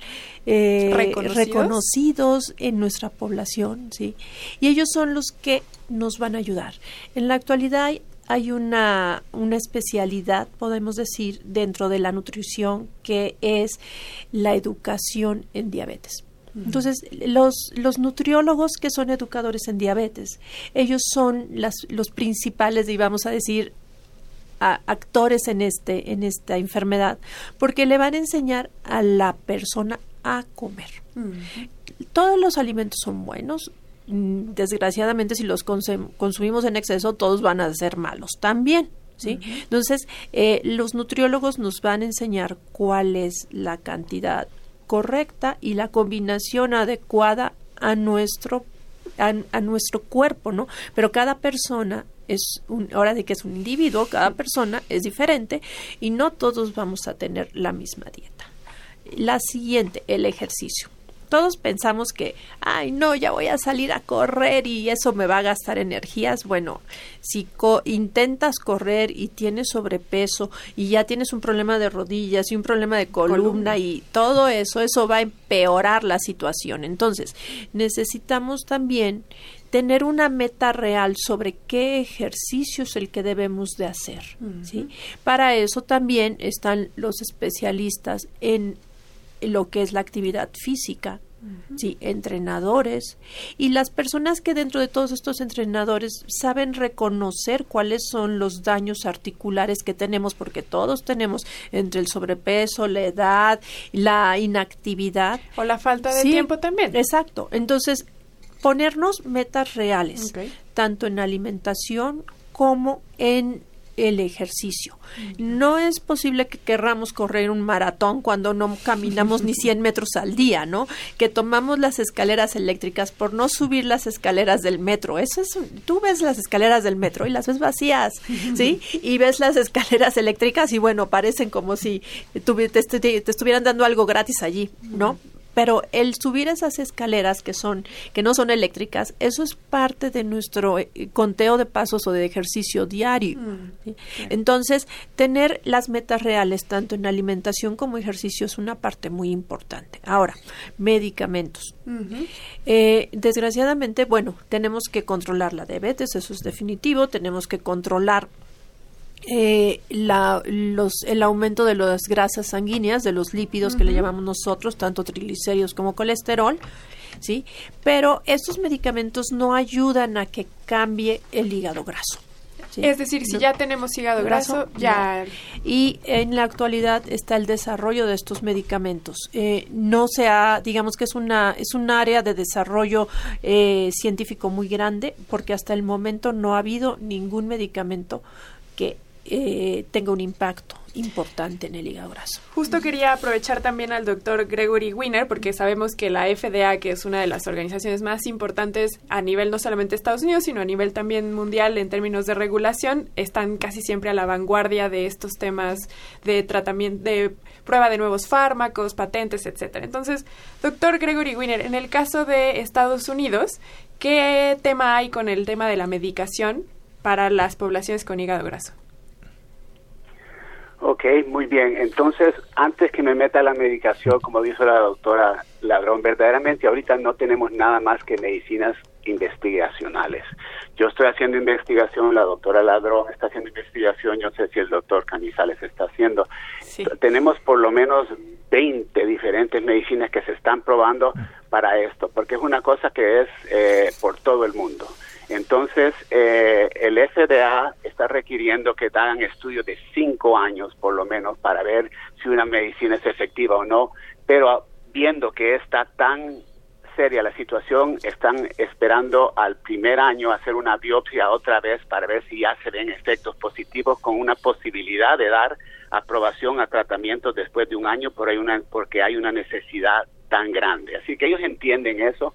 reconocidos en nuestra población, ¿sí? Y ellos son los que nos van a ayudar. En la actualidad hay una especialidad, podemos decir, dentro de la nutrición, que es la educación en diabetes. Entonces, los nutriólogos que son educadores en diabetes, ellos son los principales, vamos a decir, actores en esta enfermedad, porque le van a enseñar a la persona a comer. Todos los alimentos son buenos. Desgraciadamente, si los consumimos en exceso, todos van a ser malos también, ¿sí? Entonces, los nutriólogos nos van a enseñar cuál es la cantidad correcta y la combinación adecuada a nuestro cuerpo, ¿no? Pero cada persona ahora de que es un individuo, cada persona es diferente y no todos vamos a tener la misma dieta. La siguiente, el ejercicio. Todos pensamos que, ya voy a salir a correr y eso me va a gastar energías. Bueno, si intentas correr y tienes sobrepeso y ya tienes un problema de rodillas y un problema de columna y todo eso va a empeorar la situación. Entonces, necesitamos también tener una meta real sobre qué ejercicio es el que debemos de hacer, ¿sí? Para eso también están los especialistas en lo que es la actividad física, sí, entrenadores, y las personas que dentro de todos estos entrenadores saben reconocer cuáles son los daños articulares que tenemos, porque todos tenemos entre el sobrepeso, la edad, la inactividad. O la falta de tiempo también. Exacto. Entonces, ponernos metas reales, tanto en alimentación como en el ejercicio. No es posible que querramos correr un maratón cuando no caminamos ni 100 metros al día, ¿no? Que tomamos las escaleras eléctricas por no subir las escaleras del metro. Tú ves las escaleras del metro y las ves vacías, ¿sí? Y ves las escaleras eléctricas y bueno, parecen como si te estuvieran dando algo gratis allí, ¿no? Pero el subir esas escaleras que no son eléctricas, eso es parte de nuestro conteo de pasos o de ejercicio diario. ¿Sí? Entonces, tener las metas reales, tanto en alimentación como ejercicio, es una parte muy importante. Ahora, medicamentos. Desgraciadamente, tenemos que controlar la diabetes, eso es definitivo, tenemos que controlar el aumento de las grasas sanguíneas, de los lípidos que le llamamos nosotros, tanto triglicéridos como colesterol, ¿sí? Pero estos medicamentos no ayudan a que cambie el hígado graso. ¿Sí? Es decir, si ya tenemos hígado graso, ya... Y en la actualidad está el desarrollo de estos medicamentos. Digamos que es un área de desarrollo científico muy grande, porque hasta el momento no ha habido ningún medicamento que tenga un impacto importante en el hígado graso. Justo quería aprovechar también al doctor Gregory Wiener, porque sabemos que la FDA, que es una de las organizaciones más importantes a nivel no solamente de Estados Unidos, sino a nivel también mundial en términos de regulación, están casi siempre a la vanguardia de estos temas de tratamiento, de prueba de nuevos fármacos, patentes, etcétera. Entonces, doctor Gregory Wiener, en el caso de Estados Unidos, ¿qué tema hay con el tema de la medicación para las poblaciones con hígado graso? Ok, muy bien. Entonces, antes que me meta la medicación, como dijo la doctora Ladrón, verdaderamente ahorita no tenemos nada más que medicinas investigacionales. Yo estoy haciendo investigación, la doctora Ladrón está haciendo investigación, yo no sé si el doctor Canizales está haciendo. Sí. Tenemos por lo menos 20 diferentes medicinas que se están probando para esto, porque es una cosa que es por todo el mundo. Entonces, el FDA está requiriendo que hagan estudios de 5 años, por lo menos, para ver si una medicina es efectiva o no, pero viendo que está tan seria la situación, están esperando al primer año hacer una biopsia otra vez para ver si ya se ven efectos positivos, con una posibilidad de dar aprobación a tratamientos después de un año, porque hay una necesidad tan grande. Así que ellos entienden eso.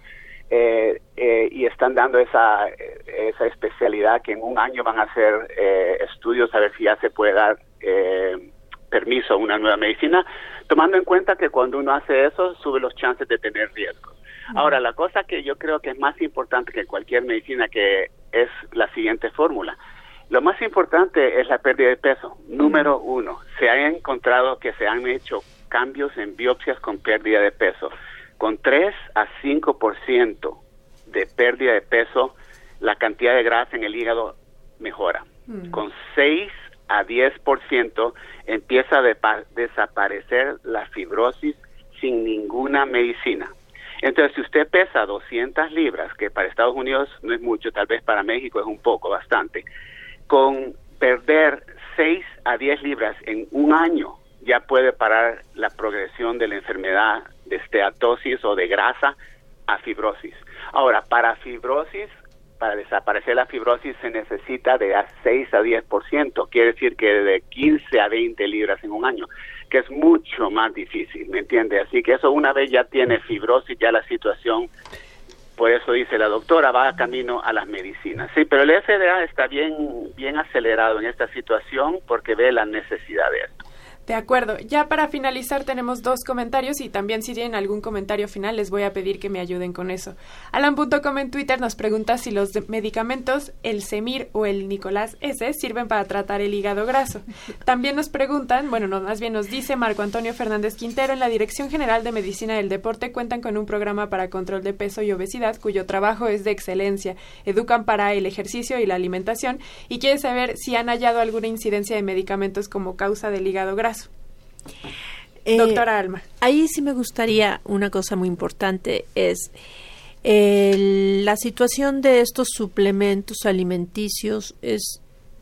Y están dando esa especialidad que en un año van a hacer estudios a ver si ya se puede dar permiso a una nueva medicina, tomando en cuenta que cuando uno hace eso sube los chances de tener riesgos. Ahora, la cosa que yo creo que es más importante que cualquier medicina, que es la siguiente fórmula. Lo más importante es la pérdida de peso. Número 1, se ha encontrado que se han hecho cambios en biopsias con pérdida de peso. Con 3 a 5% de pérdida de peso, la cantidad de grasa en el hígado mejora. Con 6 a 10% empieza a desaparecer la fibrosis sin ninguna medicina. Entonces, si usted pesa 200 libras, que para Estados Unidos no es mucho, tal vez para México es un poco, bastante, con perder 6 a 10 libras en un año, ya puede parar la progresión de la enfermedad de esteatosis o de grasa a fibrosis. Ahora, para desaparecer la fibrosis se necesita de 6 a 10%, quiere decir que de 15 a 20 libras en un año, que es mucho más difícil, ¿me entiende? Así que eso, una vez ya tiene fibrosis, ya la situación, por eso dice la doctora, va camino a las medicinas. Sí, pero el FDA está bien acelerado en esta situación porque ve la necesidad de esto. De acuerdo. Ya para finalizar tenemos 2 comentarios y también si tienen algún comentario final les voy a pedir que me ayuden con eso. Alan.com en Twitter nos pregunta si los medicamentos, el Semir o el Nicolás S, sirven para tratar el hígado graso. También nos preguntan, más bien nos dice Marco Antonio Fernández Quintero, en la Dirección General de Medicina del Deporte cuentan con un programa para control de peso y obesidad cuyo trabajo es de excelencia. Educan para el ejercicio y la alimentación y quieren saber si han hallado alguna incidencia de medicamentos como causa del hígado graso. Doctora Alma. Ahí sí me gustaría, una cosa muy importante es la situación de estos suplementos alimenticios es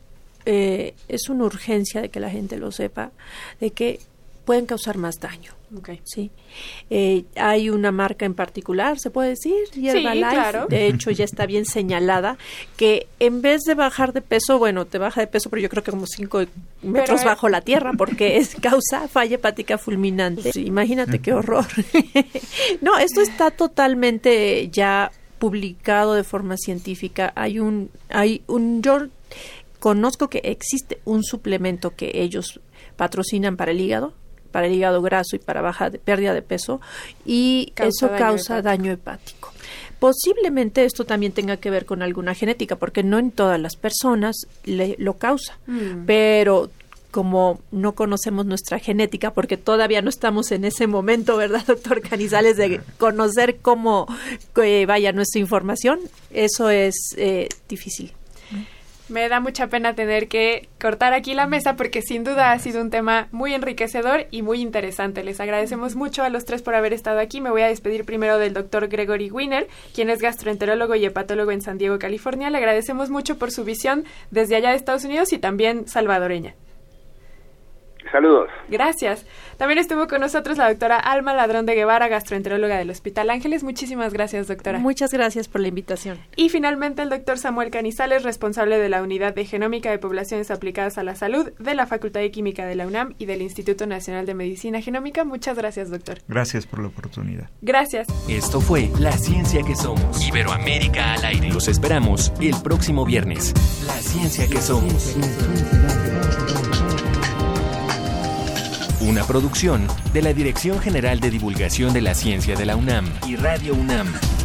una urgencia de que la gente lo sepa, de que pueden causar más daño. Okay. Sí. Hay una marca en particular, ¿se puede decir? Herbalife. Sí, claro. De hecho, ya está bien señalada que en vez de bajar de peso, te baja de peso, pero yo creo que como 5 metros bajo la tierra, porque causa falla hepática fulminante. Sí, imagínate qué horror. No, esto está totalmente ya publicado de forma científica. Yo conozco que existe un suplemento que ellos patrocinan para el hígado graso y para pérdida de peso, y eso causa daño hepático. Posiblemente esto también tenga que ver con alguna genética, porque no en todas las personas lo causa, pero como no conocemos nuestra genética, porque todavía no estamos en ese momento, ¿verdad, doctor Canizales, de conocer cómo vaya nuestra información? Eso es difícil. Me da mucha pena tener que cortar aquí la mesa porque sin duda ha sido un tema muy enriquecedor y muy interesante. Les agradecemos mucho a los 3 por haber estado aquí. Me voy a despedir primero del doctor Gregory Wiener, quien es gastroenterólogo y hepatólogo en San Diego, California. Le agradecemos mucho por su visión desde allá de Estados Unidos y también salvadoreña. Saludos. Gracias. También estuvo con nosotros la doctora Alma Ladrón de Guevara, gastroenteróloga del Hospital Ángeles. Muchísimas gracias, doctora. Muchas gracias por la invitación. Y finalmente el doctor Samuel Canizales, responsable de la Unidad de Genómica de Poblaciones Aplicadas a la Salud de la Facultad de Química de la UNAM y del Instituto Nacional de Medicina Genómica. Muchas gracias, doctor. Gracias por la oportunidad. Gracias. Esto fue La Ciencia que Somos. Iberoamérica al aire. Los esperamos el próximo viernes. La Ciencia que Somos. Una producción de la Dirección General de Divulgación de la Ciencia de la UNAM y Radio UNAM.